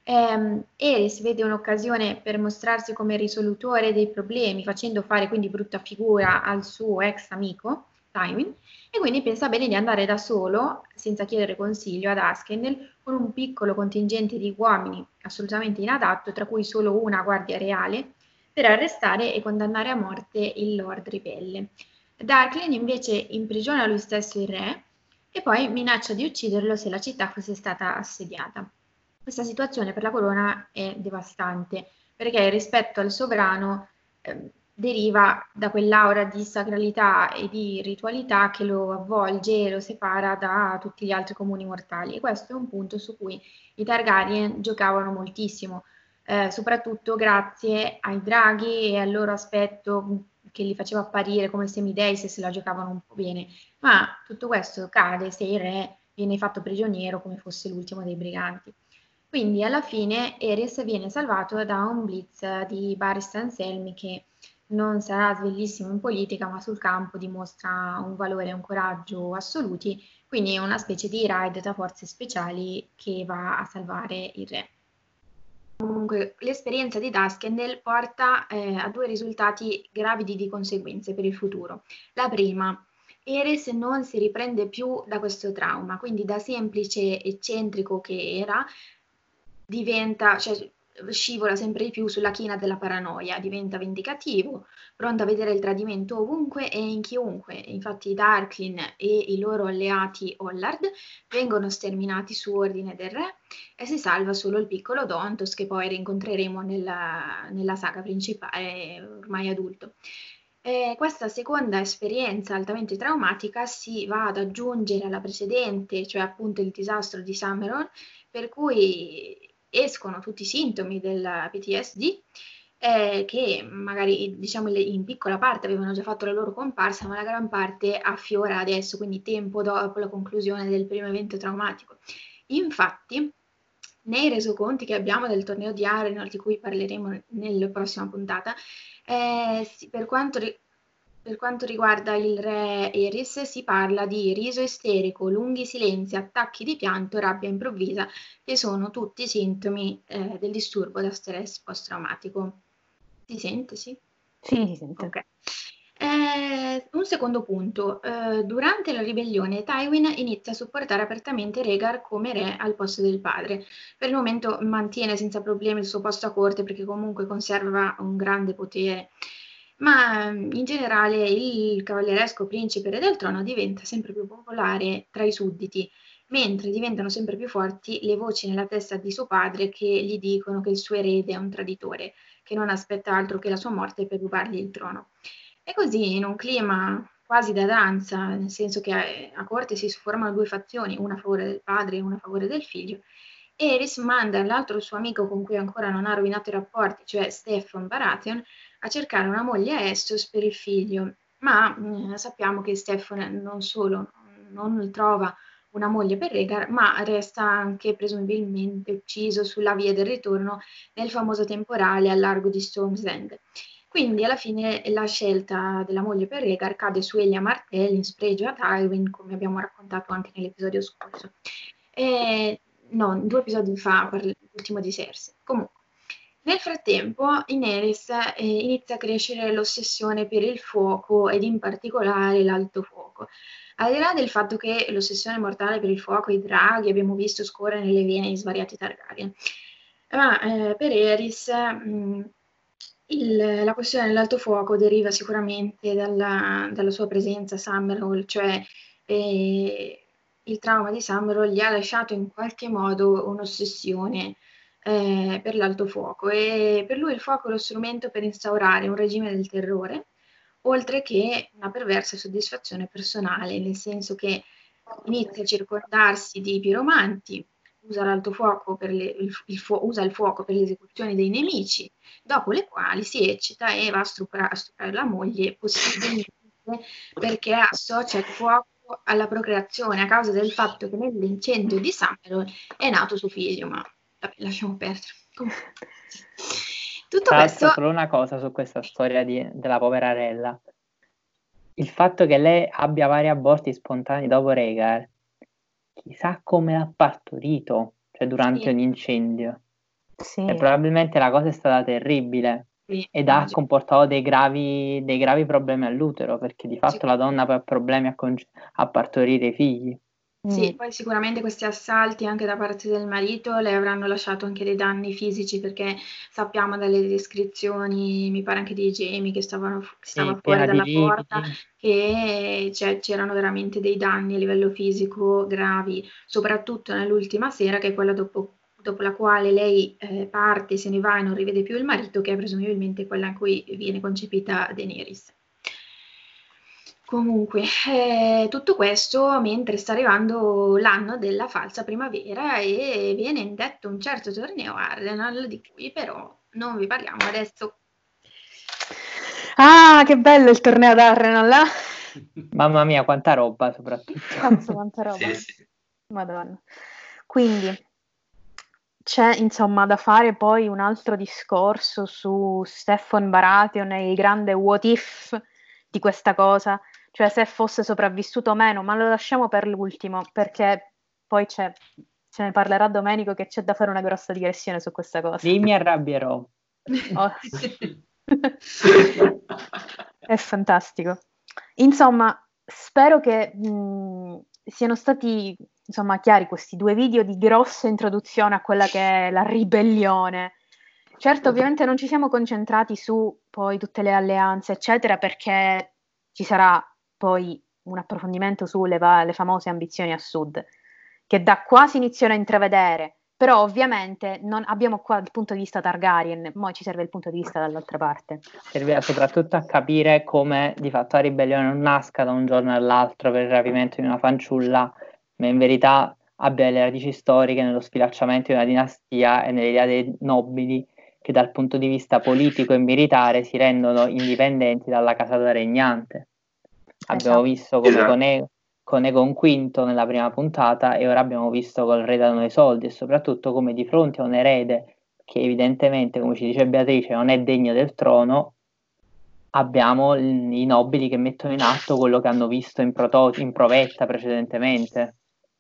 Speaker 2: Eris vede un'occasione per mostrarsi come risolutore dei problemi, facendo fare quindi brutta figura al suo ex amico, Tywin, e quindi pensa bene di andare da solo, senza chiedere consiglio, ad Askendel con un piccolo contingente di uomini assolutamente inadatto, tra cui solo una guardia reale, per arrestare e condannare a morte il Lord Ribelle. Darklyn invece imprigiona lui stesso il re e poi minaccia di ucciderlo se la città fosse stata assediata. Questa situazione per la corona è devastante, perché il rispetto al sovrano deriva da quell'aura di sacralità e di ritualità che lo avvolge e lo separa da tutti gli altri comuni mortali. E questo è un punto su cui i Targaryen giocavano moltissimo, soprattutto grazie ai draghi e al loro aspetto che li faceva apparire come semidei se la giocavano un po' bene. Ma tutto questo cade se il re viene fatto prigioniero come fosse l'ultimo dei briganti. Quindi alla fine Aerys viene salvato da un blitz di Barris Anselmi che non sarà svellissimo in politica, ma sul campo dimostra un valore e un coraggio assoluti, quindi è una specie di raid da forze speciali che va a salvare il re. Comunque, l'esperienza di Duskendel porta a due risultati gravidi di conseguenze per il futuro. La prima, Aerys non si riprende più da questo trauma, quindi da semplice eccentrico che era, diventa, cioè, scivola sempre di più sulla china della paranoia, diventa vendicativo, pronto a vedere il tradimento ovunque e in chiunque. Infatti Darklyn e i loro alleati Hollard vengono sterminati su ordine del re e si salva solo il piccolo Dontos che poi rincontreremo nella saga principale, ormai adulto. Questa seconda esperienza altamente traumatica si va ad aggiungere alla precedente, cioè appunto il disastro di Summeron, per cui escono tutti i sintomi del PTSD, che magari diciamo in piccola parte avevano già fatto la loro comparsa, ma la gran parte affiora adesso, quindi tempo dopo la conclusione del primo evento traumatico. Infatti, nei resoconti che abbiamo del torneo di Arenal, di cui parleremo nella prossima puntata, per quanto riguarda il re Eris, si parla di riso isterico, lunghi silenzi, attacchi di pianto, rabbia improvvisa, che sono tutti sintomi del disturbo da stress post-traumatico. Si sente, sì?
Speaker 1: Sì, si sente.
Speaker 2: Ok. Un secondo punto. Durante la ribellione, Tywin inizia a supportare apertamente Rhaegar come re al posto del padre. Per il momento mantiene senza problemi il suo posto a corte perché comunque conserva un grande potere. Ma in generale il cavalleresco principe re del trono diventa sempre più popolare tra i sudditi, mentre diventano sempre più forti le voci nella testa di suo padre che gli dicono che il suo erede è un traditore, che non aspetta altro che la sua morte per rubargli il trono. E così, in un clima quasi da danza, nel senso che a corte si formano due fazioni, una a favore del padre e una a favore del figlio, Eris manda l'altro suo amico con cui ancora non ha rovinato i rapporti, cioè Stefan Baratheon, a cercare una moglie a Essos per il figlio. Ma sappiamo che Stefan non solo non trova una moglie per Rhaegar, ma resta anche presumibilmente ucciso sulla via del ritorno nel famoso temporale al largo di Storm's End. Quindi alla fine la scelta della moglie per Rhaegar cade su Elia Martell in spregio a Tywin, come abbiamo raccontato anche nell'episodio scorso. No, 2 episodi fa, l'ultimo di Cersei. Comunque, nel frattempo in Aerys inizia a crescere l'ossessione per il fuoco ed in particolare l'alto fuoco. Al di là del fatto che l'ossessione mortale per il fuoco, i draghi, abbiamo visto scorrere nelle vene di svariati Targaryen, ma per Aerys la questione dell'alto fuoco deriva sicuramente dalla sua presenza a Summerhall, cioè il trauma di Summerhall gli ha lasciato in qualche modo un'ossessione per l'alto fuoco e per lui il fuoco è lo strumento per instaurare un regime del terrore, oltre che una perversa soddisfazione personale, nel senso che inizia a circondarsi di piromanti, usa l'alto fuoco usa il fuoco per le esecuzioni dei nemici, dopo le quali si eccita e va a stuprare la moglie, possibilmente perché associa il fuoco alla procreazione a causa del fatto che nell'incendio di Summerhall è nato suo figlio, ma vabbè, lasciamo perdere. Tutto
Speaker 3: Tra l'altro,
Speaker 2: questo...
Speaker 3: solo una cosa su questa storia della povera Rella. Il fatto che lei abbia vari aborti spontanei dopo Rhaegar, chissà come l'ha partorito, cioè durante
Speaker 2: Sì.
Speaker 3: un incendio.
Speaker 1: Sì.
Speaker 3: E probabilmente la cosa è stata terribile.
Speaker 2: Sì,
Speaker 3: ed ha comportato dei gravi problemi all'utero, perché di fatto la donna poi ha problemi a partorire i figli.
Speaker 2: Sì, poi sicuramente questi assalti anche da parte del marito le avranno lasciato anche dei danni fisici, perché sappiamo dalle descrizioni, mi pare anche di Jamie che stava fuori
Speaker 3: piena di
Speaker 2: dalla porta,
Speaker 3: lividi.
Speaker 2: che c'erano veramente dei danni a livello fisico gravi, soprattutto nell'ultima sera, che è quella dopo la quale lei parte, se ne va e non rivede più il marito, che è presumibilmente quella in cui viene concepita Daenerys. Comunque, tutto questo mentre sta arrivando l'anno della falsa primavera e viene indetto un certo torneo Arsenal, di cui però non vi parliamo adesso.
Speaker 1: Ah, che bello il torneo d'Arsenal,
Speaker 3: Mamma mia, quanta roba soprattutto.
Speaker 1: Cazzo, quanta roba.
Speaker 4: Sì.
Speaker 1: Madonna. Quindi c'è insomma da fare poi un altro discorso su Stefan Baratheon e il grande what if di questa cosa, cioè se fosse sopravvissuto o meno, ma lo lasciamo per l'ultimo perché poi ce ne parlerà Domenico, che c'è da fare una grossa digressione su questa cosa.
Speaker 3: Lì mi arrabbierò.
Speaker 1: Oh. È fantastico. Insomma, spero che siano stati chiari questi 2 video di grossa introduzione a quella che è la ribellione. Certo, ovviamente non ci siamo concentrati su poi tutte le alleanze, eccetera, perché ci sarà poi un approfondimento sulle le famose ambizioni a sud, che da qua si iniziano a intravedere. Però ovviamente non abbiamo qua il punto di vista Targaryen, poi ci serve il punto di vista dall'altra parte.
Speaker 3: Serve soprattutto a capire come di fatto la ribellione non nasca da un giorno all'altro per il rapimento di una fanciulla, ma in verità abbia le radici storiche nello sfilacciamento di una dinastia e nell'idea dei nobili che dal punto di vista politico e militare si rendono indipendenti dalla casata regnante. Abbiamo visto come con Egon V nella prima puntata, e ora abbiamo visto col Re dano i soldi, e soprattutto come di fronte a un erede che evidentemente, come ci dice Beatrice, non è degno del trono, abbiamo i nobili che mettono in atto quello che hanno visto in provetta precedentemente.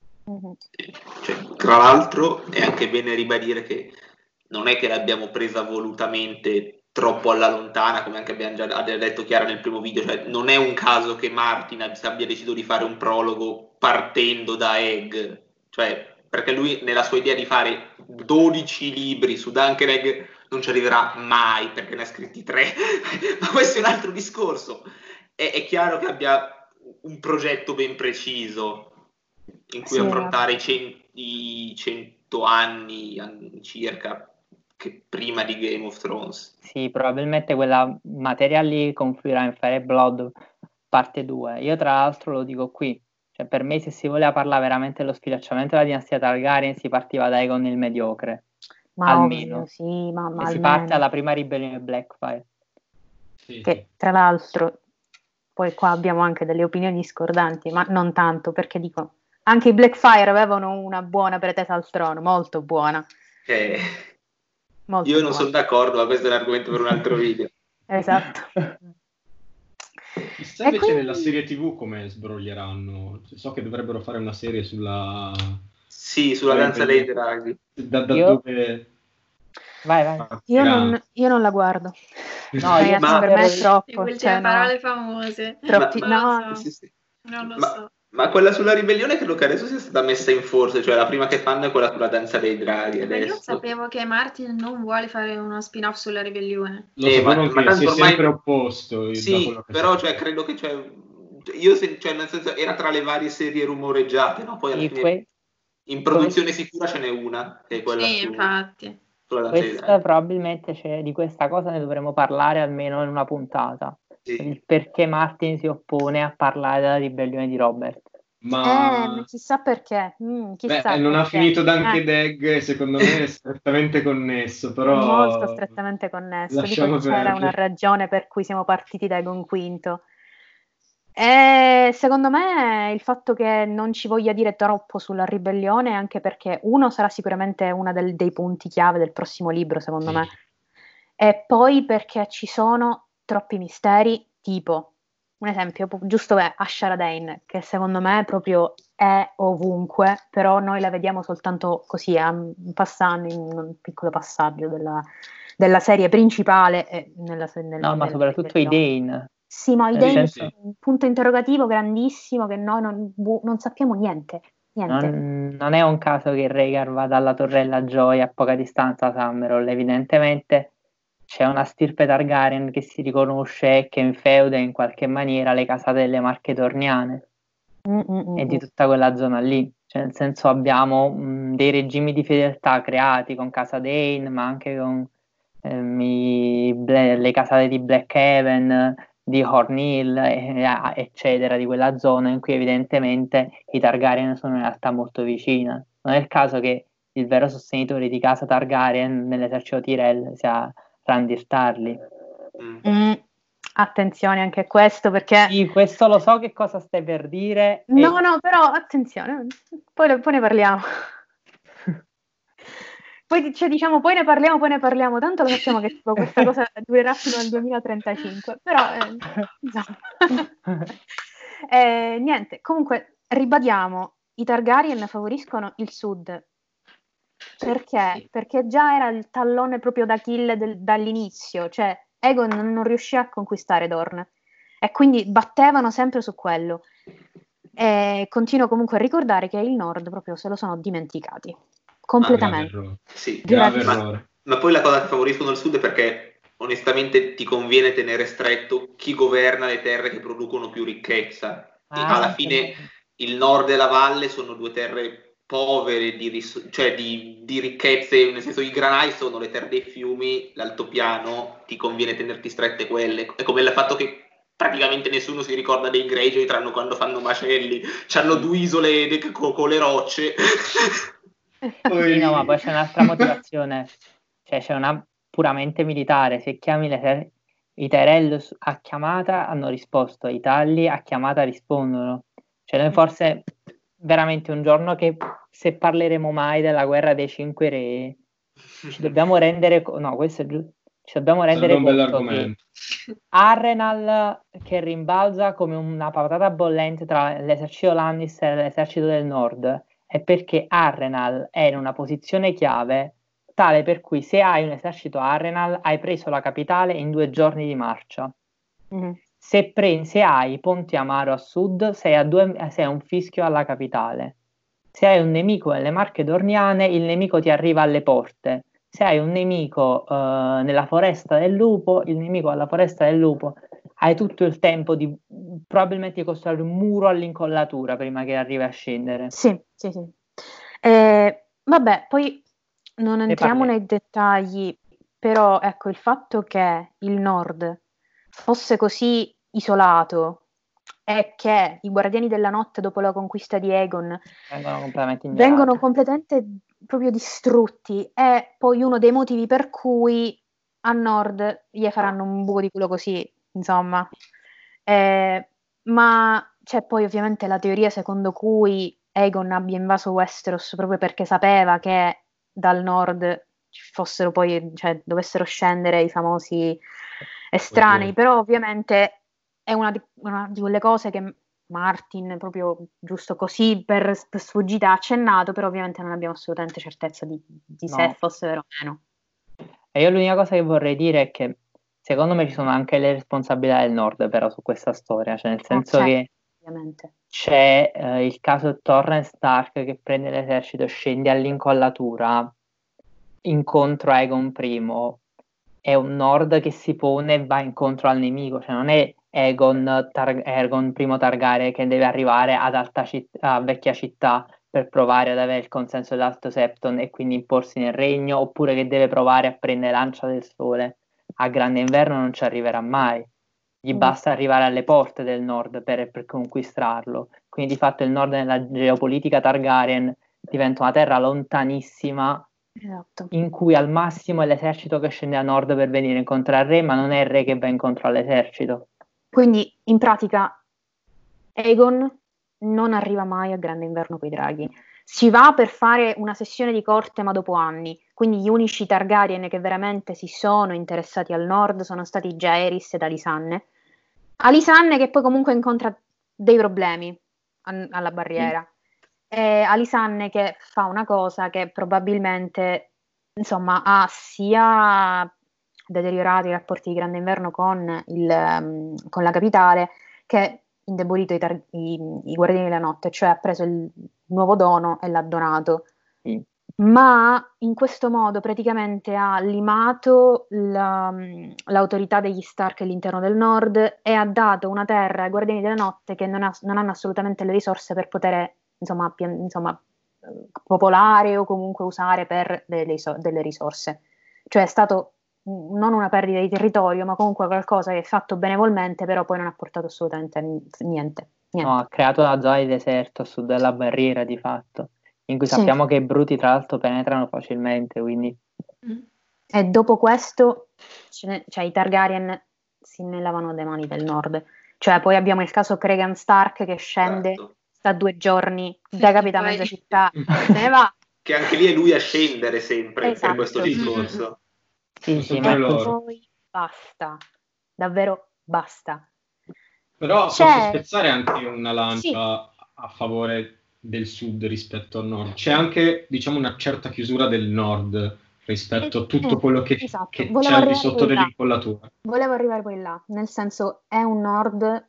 Speaker 4: Cioè, tra l'altro è anche bene ribadire che non è che l'abbiamo presa volutamente troppo alla lontana, come anche abbiamo già detto Chiara nel primo video, cioè non è un caso che Martin abbia deciso di fare un prologo partendo da Egg, cioè perché lui nella sua idea di fare 12 libri su Duncan Egg non ci arriverà mai, perché ne ha scritti 3, ma questo è un altro discorso. È chiaro che abbia un progetto ben preciso in cui affrontare i 100 anni circa che prima di Game of Thrones.
Speaker 3: Sì, probabilmente quella materia lì confluirà in Fire Blood parte 2. Io tra l'altro lo dico qui, cioè per me se si voleva parlare veramente dello sfilacciamento della dinastia Targaryen si partiva da Aegon il Mediocre, almeno.
Speaker 1: Ovvio, sì, ma
Speaker 3: e si parte alla prima ribellione Blackfire.
Speaker 1: Sì, che tra l'altro poi qua abbiamo anche delle opinioni discordanti, ma non tanto, perché dico anche i Blackfire avevano una buona pretesa al trono, molto buona. Molto
Speaker 4: io non
Speaker 1: buona.
Speaker 4: sono d'accordo, ma questo è un argomento per un altro video.
Speaker 1: Esatto.
Speaker 5: Chissà invece nella serie TV come sbroglieranno. So che dovrebbero fare una serie sulla
Speaker 4: danza dei draghi.
Speaker 5: Dove
Speaker 3: vai.
Speaker 1: Io non la guardo.
Speaker 3: No,
Speaker 1: per me è troppo.
Speaker 2: Parole famose.
Speaker 1: Troppi,
Speaker 2: non lo so.
Speaker 4: Ma quella sulla ribellione credo che adesso sia stata messa in forze, cioè la prima che fanno è quella sulla danza dei draghi adesso.
Speaker 2: Ma io sapevo che Martin non vuole fare uno spin-off sulla ribellione.
Speaker 5: Lo sapevo che si è sempre opposto.
Speaker 4: Sì, però credo che nel senso era tra le varie serie rumoreggiate, no? Poi alla fine in produzione sicura ce n'è una, che è quella
Speaker 2: infatti.
Speaker 3: Questa probabilmente di questa cosa ne dovremo parlare almeno in una puntata. Sì. Il perché Martin si oppone a parlare della ribellione di Robert.
Speaker 1: Ma chissà perché. Chissà
Speaker 5: non ha finito Duncan Egg, secondo me è strettamente connesso, però
Speaker 1: molto strettamente connesso. Dico, c'era una ragione per cui siamo partiti da Egon V. E secondo me il fatto che non ci voglia dire troppo sulla ribellione, anche perché uno sarà sicuramente uno dei punti chiave del prossimo libro, secondo me, e poi perché ci sono troppi misteri, tipo un esempio giusto è Ashara Dane, che secondo me proprio è ovunque, però noi la vediamo soltanto così passando in un piccolo passaggio della serie principale.
Speaker 3: No, ma soprattutto i Dane.
Speaker 1: Sì, ma i
Speaker 3: Nel
Speaker 1: Dane
Speaker 3: senso-
Speaker 1: un punto interrogativo grandissimo che noi non sappiamo niente.
Speaker 3: Non è un caso che Rhaegar vada alla Torrella Joy a poca distanza da Summerall. Evidentemente c'è una stirpe Targaryen che si riconosce e che infeuda in qualche maniera le casate delle Marche Torniane e di tutta quella zona lì. Cioè, nel senso, abbiamo dei regimi di fedeltà creati con Casa Dane, ma anche con le casate di Blackhaven, di Hornhill, eccetera, di quella zona in cui evidentemente i Targaryen sono in realtà molto vicine. Non è il caso che il vero sostenitore di casa Targaryen nell'esercito Tyrell sia Randyr Tarly.
Speaker 1: Attenzione anche a questo, perché
Speaker 3: Sì, questo lo so che cosa stai per dire.
Speaker 1: no, però attenzione, poi ne parliamo. Poi, cioè, diciamo, poi ne parliamo, tanto lo sappiamo che tipo, questa cosa durerà fino al 2035, però insomma. Niente, comunque ribadiamo, i Targaryen favoriscono il sud. Perché?
Speaker 2: Sì.
Speaker 1: Perché già era il tallone proprio d'Achille dall'inizio, cioè Aegon non riuscì a conquistare Dorne e quindi battevano sempre su quello. E continuo comunque a ricordare che il nord proprio se lo sono dimenticati completamente.
Speaker 5: Grave errore.
Speaker 4: Sì,
Speaker 5: Grave
Speaker 1: Gravissimo.
Speaker 5: errore.
Speaker 4: ma poi la cosa che favoriscono il sud è perché onestamente ti conviene tenere stretto chi governa le terre che producono più ricchezza. Alla fine il nord e la valle sono due terre povere cioè di ricchezze, nel senso i granai sono le terre dei fiumi, l'altopiano, ti conviene tenerti strette quelle. È come il fatto che praticamente nessuno si ricorda dei Greyjoy tranne quando fanno macelli, c'hanno due isole con le rocce.
Speaker 3: Sì, no, ma poi c'è un'altra motivazione, cioè c'è una puramente militare. Se chiami i Tyrell a chiamata hanno risposto, i Tully a chiamata rispondono. Cioè noi forse veramente un giorno che se parleremo mai della guerra dei cinque re ci dobbiamo rendere no, questo è giusto. Ci dobbiamo rendere
Speaker 5: Sarebbe un
Speaker 3: conto che
Speaker 5: bell'argomento.
Speaker 3: Arrenal che rimbalza come una patata bollente tra l'esercito Lannister e l'esercito del nord è perché Arrenal è in una posizione chiave tale per cui se hai un esercito Arrenal hai preso la capitale in 2 giorni di marcia. Se hai Ponte Amaro a sud sei a un fischio alla capitale. Se hai un nemico nelle Marche Dorniane il nemico ti arriva alle porte. Se hai un nemico nella foresta del lupo, il nemico alla foresta del lupo, hai tutto il tempo di probabilmente costruire un muro all'incollatura prima che arrivi a scendere.
Speaker 1: Sì. Vabbè, poi non entriamo nei dettagli, però ecco, il fatto che il nord fosse così isolato è che i Guardiani della Notte dopo la conquista di Aegon vengono completamente proprio distrutti, è poi uno dei motivi per cui a nord gli faranno un buco di culo così, insomma. Ma c'è poi ovviamente la teoria secondo cui Aegon abbia invaso Westeros proprio perché sapeva che dal nord ci fossero poi, cioè, dovessero scendere i famosi estranei, però ovviamente è una di quelle cose che Martin proprio giusto così per sfuggita ha accennato, però ovviamente non abbiamo assolutamente certezza di se fosse vero o meno.
Speaker 3: E io l'unica cosa che vorrei dire è che secondo me ci sono anche le responsabilità del nord però su questa storia, cioè nel senso che
Speaker 1: ovviamente.
Speaker 3: C'è il caso Torrent Stark che prende l'esercito, scende all'incollatura incontro a Aegon I, è un nord che si pone e va incontro al nemico, cioè non è Aegon I Targaryen che deve arrivare a vecchia città per provare ad avere il consenso dell'Alto Septon e quindi imporsi nel regno, oppure che deve provare a prendere Lancia del Sole. A grande inverno non ci arriverà mai. Gli basta arrivare alle porte del nord per conquistarlo. Quindi di fatto il nord nella geopolitica Targaryen diventa una terra lontanissima,
Speaker 1: esatto,
Speaker 3: in cui al massimo è l'esercito che scende a nord per venire incontro al re, ma non è il re che va incontro all'esercito.
Speaker 1: Quindi in pratica Aegon non arriva mai a grande inverno coi draghi. Si va per fare una sessione di corte, ma dopo anni. Quindi gli unici Targaryen che veramente si sono interessati al nord sono stati Jaehaerys ed Alysanne. Alysanne che poi comunque incontra dei problemi alla barriera. E Alysanne che fa una cosa che probabilmente, insomma, ha sia deteriorati i rapporti di Grande Inverno con la capitale, che ha indebolito i Guardiani della Notte, cioè ha preso il nuovo dono e l'ha donato. Ma in questo modo praticamente ha limato l'autorità degli Stark all'interno del Nord e ha dato una terra ai Guardiani della Notte che non hanno assolutamente le risorse per poter insomma, popolare o comunque usare per delle risorse. Cioè è stato non una perdita di territorio, ma comunque qualcosa che è fatto benevolmente, però poi non ha portato assolutamente niente.
Speaker 3: No, ha creato una zona di deserto a sud della barriera di fatto, in cui
Speaker 1: Sì.
Speaker 3: sappiamo che i bruti tra l'altro penetrano facilmente, quindi...
Speaker 1: E dopo questo i Targaryen si innellavano le mani del Nord. Cioè poi abbiamo il caso Cregan Stark che scende, sta 2 giorni, decapita mezza città, se ne va.
Speaker 4: Che anche lì è lui a scendere sempre
Speaker 1: Esatto.
Speaker 4: per questo discorso.
Speaker 3: Sì,
Speaker 1: ma poi basta, davvero basta.
Speaker 5: Però posso spezzare anche una lancia a favore del sud rispetto al nord. C'è anche, diciamo, una certa chiusura del nord rispetto a tutto quello che c'è al di sotto dell'incollatura.
Speaker 1: Volevo arrivare poi là, nel senso è un nord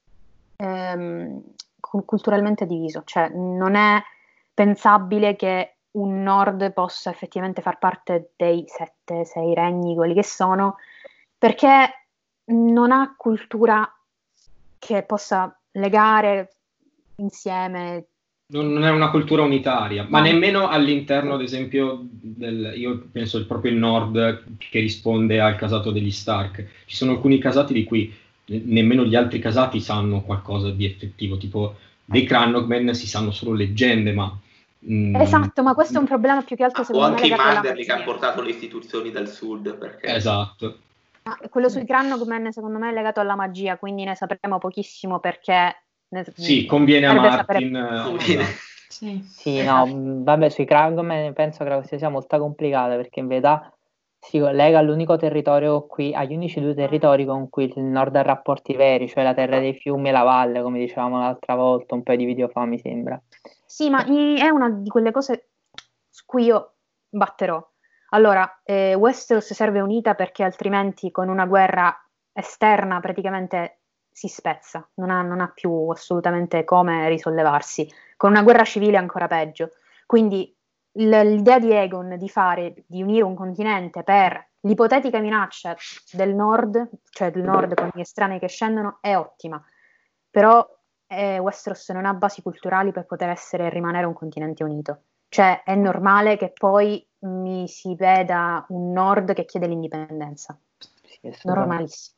Speaker 1: culturalmente diviso, cioè non è pensabile che un nord possa effettivamente far parte dei 7-6 regni, quelli che sono, perché non ha cultura che possa legare insieme.
Speaker 5: Non è una cultura unitaria, ma nemmeno all'interno, ad esempio, io penso proprio il nord che risponde al casato degli Stark. Ci sono alcuni casati di cui nemmeno gli altri casati sanno qualcosa di effettivo, tipo dei Crannogmen si sanno solo leggende, ma...
Speaker 1: Esatto, ma questo è un problema più che altro secondo me.
Speaker 4: O anche i Manderly che hanno portato le istituzioni dal sud. Perché...
Speaker 5: Esatto.
Speaker 1: Quello sui Crannogmen secondo me è legato alla magia, quindi ne sapremo pochissimo perché...
Speaker 5: Sì, conviene a Martin.
Speaker 3: Sì, no, vabbè, sui Crannogmen penso che la questione sia molto complicata perché in verità si collega all'unico territorio qui, agli unici 2 territori con cui il nord ha rapporti veri, cioè la terra dei fiumi e la valle, come dicevamo l'altra volta, un paio di video fa mi sembra.
Speaker 1: Sì, ma è una di quelle cose su cui io batterò. Allora, Westeros serve unita perché altrimenti con una guerra esterna praticamente si spezza, non ha più assolutamente come risollevarsi. Con una guerra civile ancora peggio. Quindi l'idea di Aegon di unire un continente per l'ipotetica minaccia del nord, cioè del nord con gli estranei che scendono, è ottima. Però Westeros non ha basi culturali per poter essere e rimanere un continente unito. Cioè è normale che poi mi si veda un nord che chiede l'indipendenza. Normalissimo.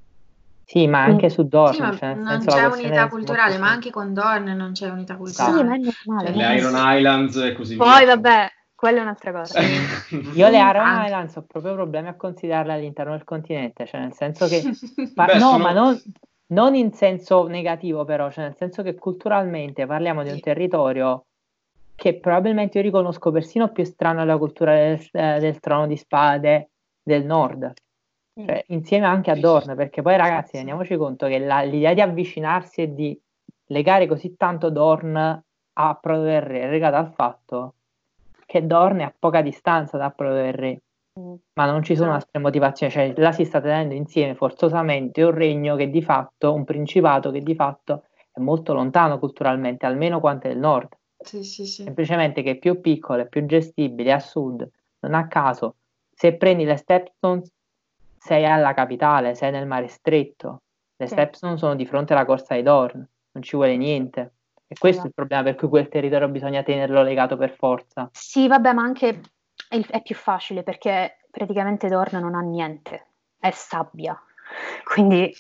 Speaker 3: Sì, ma anche su Dorne.
Speaker 2: Sì, ma
Speaker 3: cioè,
Speaker 2: non c'è unità culturale, ma anche con Dorne non c'è unità culturale.
Speaker 1: Sì, ma è normale.
Speaker 5: Le Iron Islands e così via.
Speaker 1: Poi vabbè, quella è un'altra cosa.
Speaker 3: Io le Iron Islands ho proprio problemi a considerarle all'interno del continente, cioè nel senso che... ma non in senso negativo però, cioè nel senso che culturalmente parliamo di un territorio che probabilmente io riconosco persino più strano alla cultura del Trono di Spade del nord. Cioè, insieme anche a Dorne, perché poi ragazzi rendiamoci conto che l'idea di avvicinarsi e di legare così tanto Dorne a Approdo del Re è legata al fatto che Dorne è a poca distanza da Approdo del Re, ma non ci sono altre motivazioni, cioè là si sta tenendo insieme forzosamente un regno che di fatto, un principato che di fatto è molto lontano culturalmente, almeno quanto è il nord.
Speaker 2: Sì.
Speaker 3: Semplicemente che è più piccolo, è più gestibile a sud, non a caso. Se prendi le Stepstones sei alla capitale, sei nel mare stretto. Le Stepstone sono di fronte alla corsa di Dorne, non ci vuole niente. E questo è il problema per cui quel territorio bisogna tenerlo legato per forza.
Speaker 1: Sì, vabbè, ma anche è più facile perché praticamente Dorne non ha niente, è sabbia. Quindi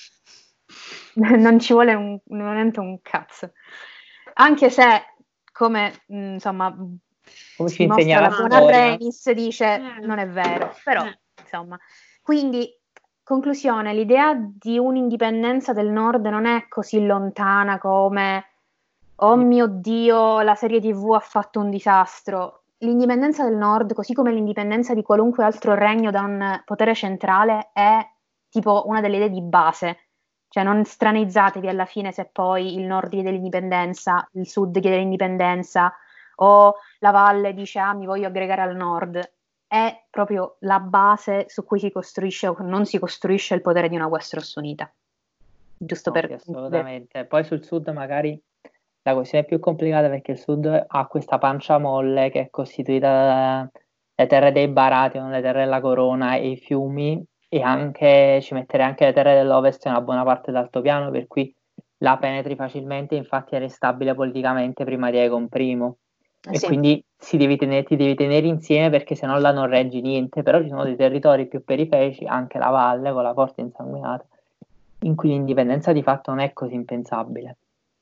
Speaker 1: non ci vuole veramente un cazzo. Anche se, come insomma,
Speaker 3: come ci insegna la
Speaker 1: buona Rhaenys dice non è vero, però insomma. Quindi, conclusione, l'idea di un'indipendenza del nord non è così lontana come oh mio Dio, la serie TV ha fatto un disastro. L'indipendenza del nord, così come l'indipendenza di qualunque altro regno da un potere centrale, è tipo una delle idee di base. Cioè non stranizzatevi alla fine se poi il nord chiede l'indipendenza, il sud chiede l'indipendenza o la valle dice mi voglio aggregare al nord. è proprio la base su cui si costruisce o non si costruisce il potere di una Westeros unita. Giusto
Speaker 3: No,
Speaker 1: per...
Speaker 3: sì, assolutamente. Poi sul sud magari la questione è più complicata perché il sud ha questa pancia molle che è costituita dalle terre dei Baratheon, le terre della corona e i fiumi, e anche ci metterei anche le terre dell'ovest e una buona parte d'altopiano, per cui la penetri facilmente, infatti era stabile politicamente prima di Aegon I. E
Speaker 1: sì.
Speaker 3: quindi ti devi tenere insieme, perché se no là non reggi niente. Però ci sono dei territori più periferici, anche la valle con la forte insanguinata, in cui l'indipendenza di fatto non è così impensabile.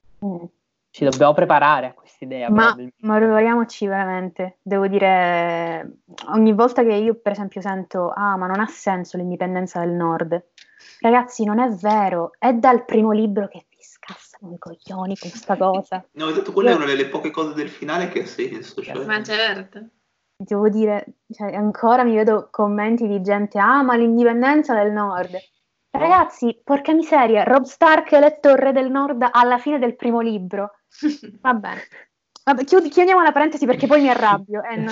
Speaker 3: Ci dobbiamo preparare a quest'idea.
Speaker 1: Ma prepariamoci veramente. Devo dire, ogni volta che io per esempio sento ma non ha senso l'indipendenza del nord, ragazzi, non è vero, è dal primo libro che vi scassano i coglioni con questa cosa.
Speaker 4: No, esatto, quella è una delle poche cose del finale che ha senso. Cioè.
Speaker 2: Ma certo.
Speaker 1: Devo dire, cioè, ancora mi vedo commenti di gente, ma l'indipendenza del nord. Ragazzi, porca miseria, Robb Stark è eletto re del nord alla fine del primo libro. Va bene. Vabbè, chiudiamo la parentesi perché poi mi arrabbio.
Speaker 5: No,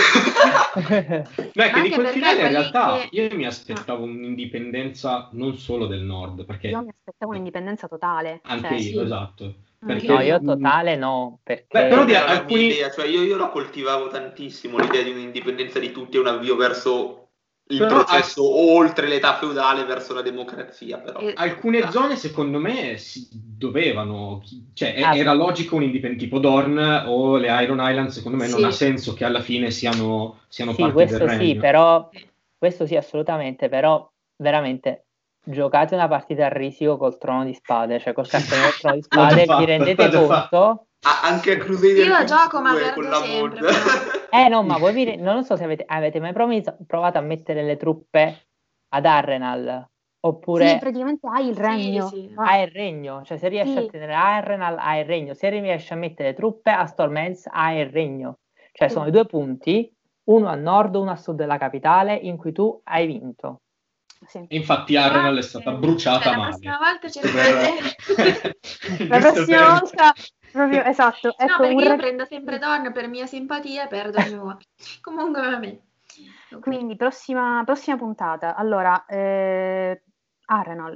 Speaker 5: è che di quel finale in realtà io mi aspettavo un'indipendenza non solo del nord, perché
Speaker 1: io mi aspettavo un'indipendenza totale.
Speaker 5: Anche io, esatto.
Speaker 3: Perché... No, io totale no, perché...
Speaker 4: però di alcuni... idea, cioè io la coltivavo tantissimo, l'idea di un'indipendenza di tutti e un avvio verso il processo oltre l'età feudale verso la democrazia. Però
Speaker 5: alcune zone secondo me dovevano, cioè era logico un'indipendenza tipo Dorne o le Iron Islands, secondo me non ha senso che alla fine siano parte del regno.
Speaker 3: Sì, però questo sì, assolutamente, però veramente giocate una partita a risico col Trono di Spade, cioè col cartone del Trono di Spade, vi rendete conto?
Speaker 4: Anche a Crusader
Speaker 2: io gioco ma
Speaker 4: con
Speaker 2: perdo
Speaker 4: la
Speaker 2: sempre
Speaker 3: no, ma voi non so se avete mai provato a mettere le truppe ad Harrenhal, oppure
Speaker 1: sì, praticamente hai il regno.
Speaker 3: Hai il regno, cioè se riesci a tenere Harrenhal hai il regno, se riesci a mettere le truppe a Storm Ends hai il regno, cioè sono i due punti, uno a nord, uno a sud della capitale, in cui tu hai vinto.
Speaker 5: Infatti Harrenhal è stata bruciata male.
Speaker 2: La prossima volta cercherò
Speaker 1: la prossima volta proprio esatto.
Speaker 2: No, perché io prendo sempre Dorne per mia simpatia e perdo ogni volta. Comunque vabbè.
Speaker 1: Quindi prossima puntata. Allora, Harrenhal.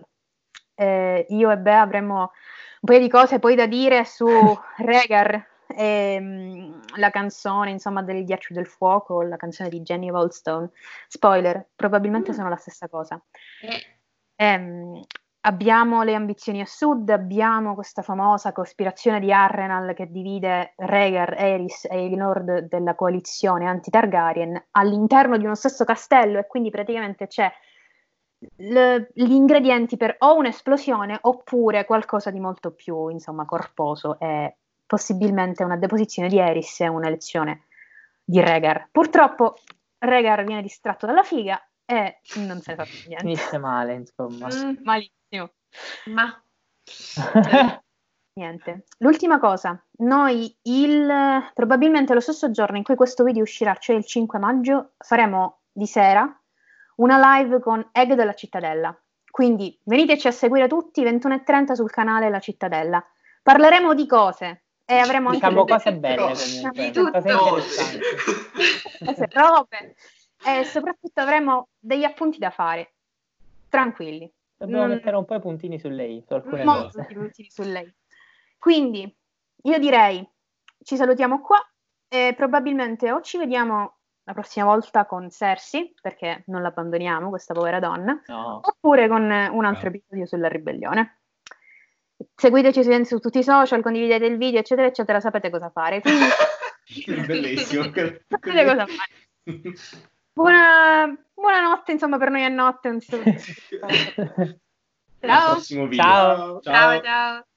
Speaker 1: Io e Bea avremo un paio di cose poi da dire su Rhaegar, la canzone insomma del Ghiaccio del Fuoco, la canzone di Jenny Goldstone. Spoiler, probabilmente sono la stessa cosa. Abbiamo le ambizioni a sud, abbiamo questa famosa cospirazione di Harrenhal che divide Rhaegar, Aerys e i lord della coalizione anti-Targaryen all'interno di uno stesso castello, e quindi praticamente c'è gli ingredienti per o un'esplosione oppure qualcosa di molto più insomma corposo, e possibilmente una deposizione di Aerys e un'elezione di Rhaegar. Purtroppo Rhaegar viene distratto dalla figa e non se ne fa più niente.
Speaker 3: Finisce male, insomma.
Speaker 1: Malissimo.
Speaker 2: Ma
Speaker 1: niente. L'ultima cosa, noi probabilmente lo stesso giorno in cui questo video uscirà, cioè il 5 maggio, faremo di sera una live con Egg della Cittadella. Quindi veniteci a seguire tutti, 21:30 sul canale La Cittadella. Parleremo di cose e avremo anche
Speaker 3: cose belle,
Speaker 1: cose robe, e soprattutto avremo degli appunti da fare. Tranquilli.
Speaker 3: Dobbiamo mettere un po' i puntini su lei, su alcune
Speaker 1: cose. Puntini su lei. Quindi io direi ci salutiamo qua e probabilmente o ci vediamo la prossima volta con Cersei, perché non l'abbandoniamo questa povera donna, oppure con un altro episodio sulla ribellione. Seguiteci su tutti i social, condividete il video, eccetera eccetera, sapete cosa fare. Quindi...
Speaker 5: bellissimo.
Speaker 1: Sapete cosa fare. Buonanotte, insomma, per noi è notte.
Speaker 5: Ciao. Al prossimo video.
Speaker 3: Ciao.
Speaker 2: Ciao.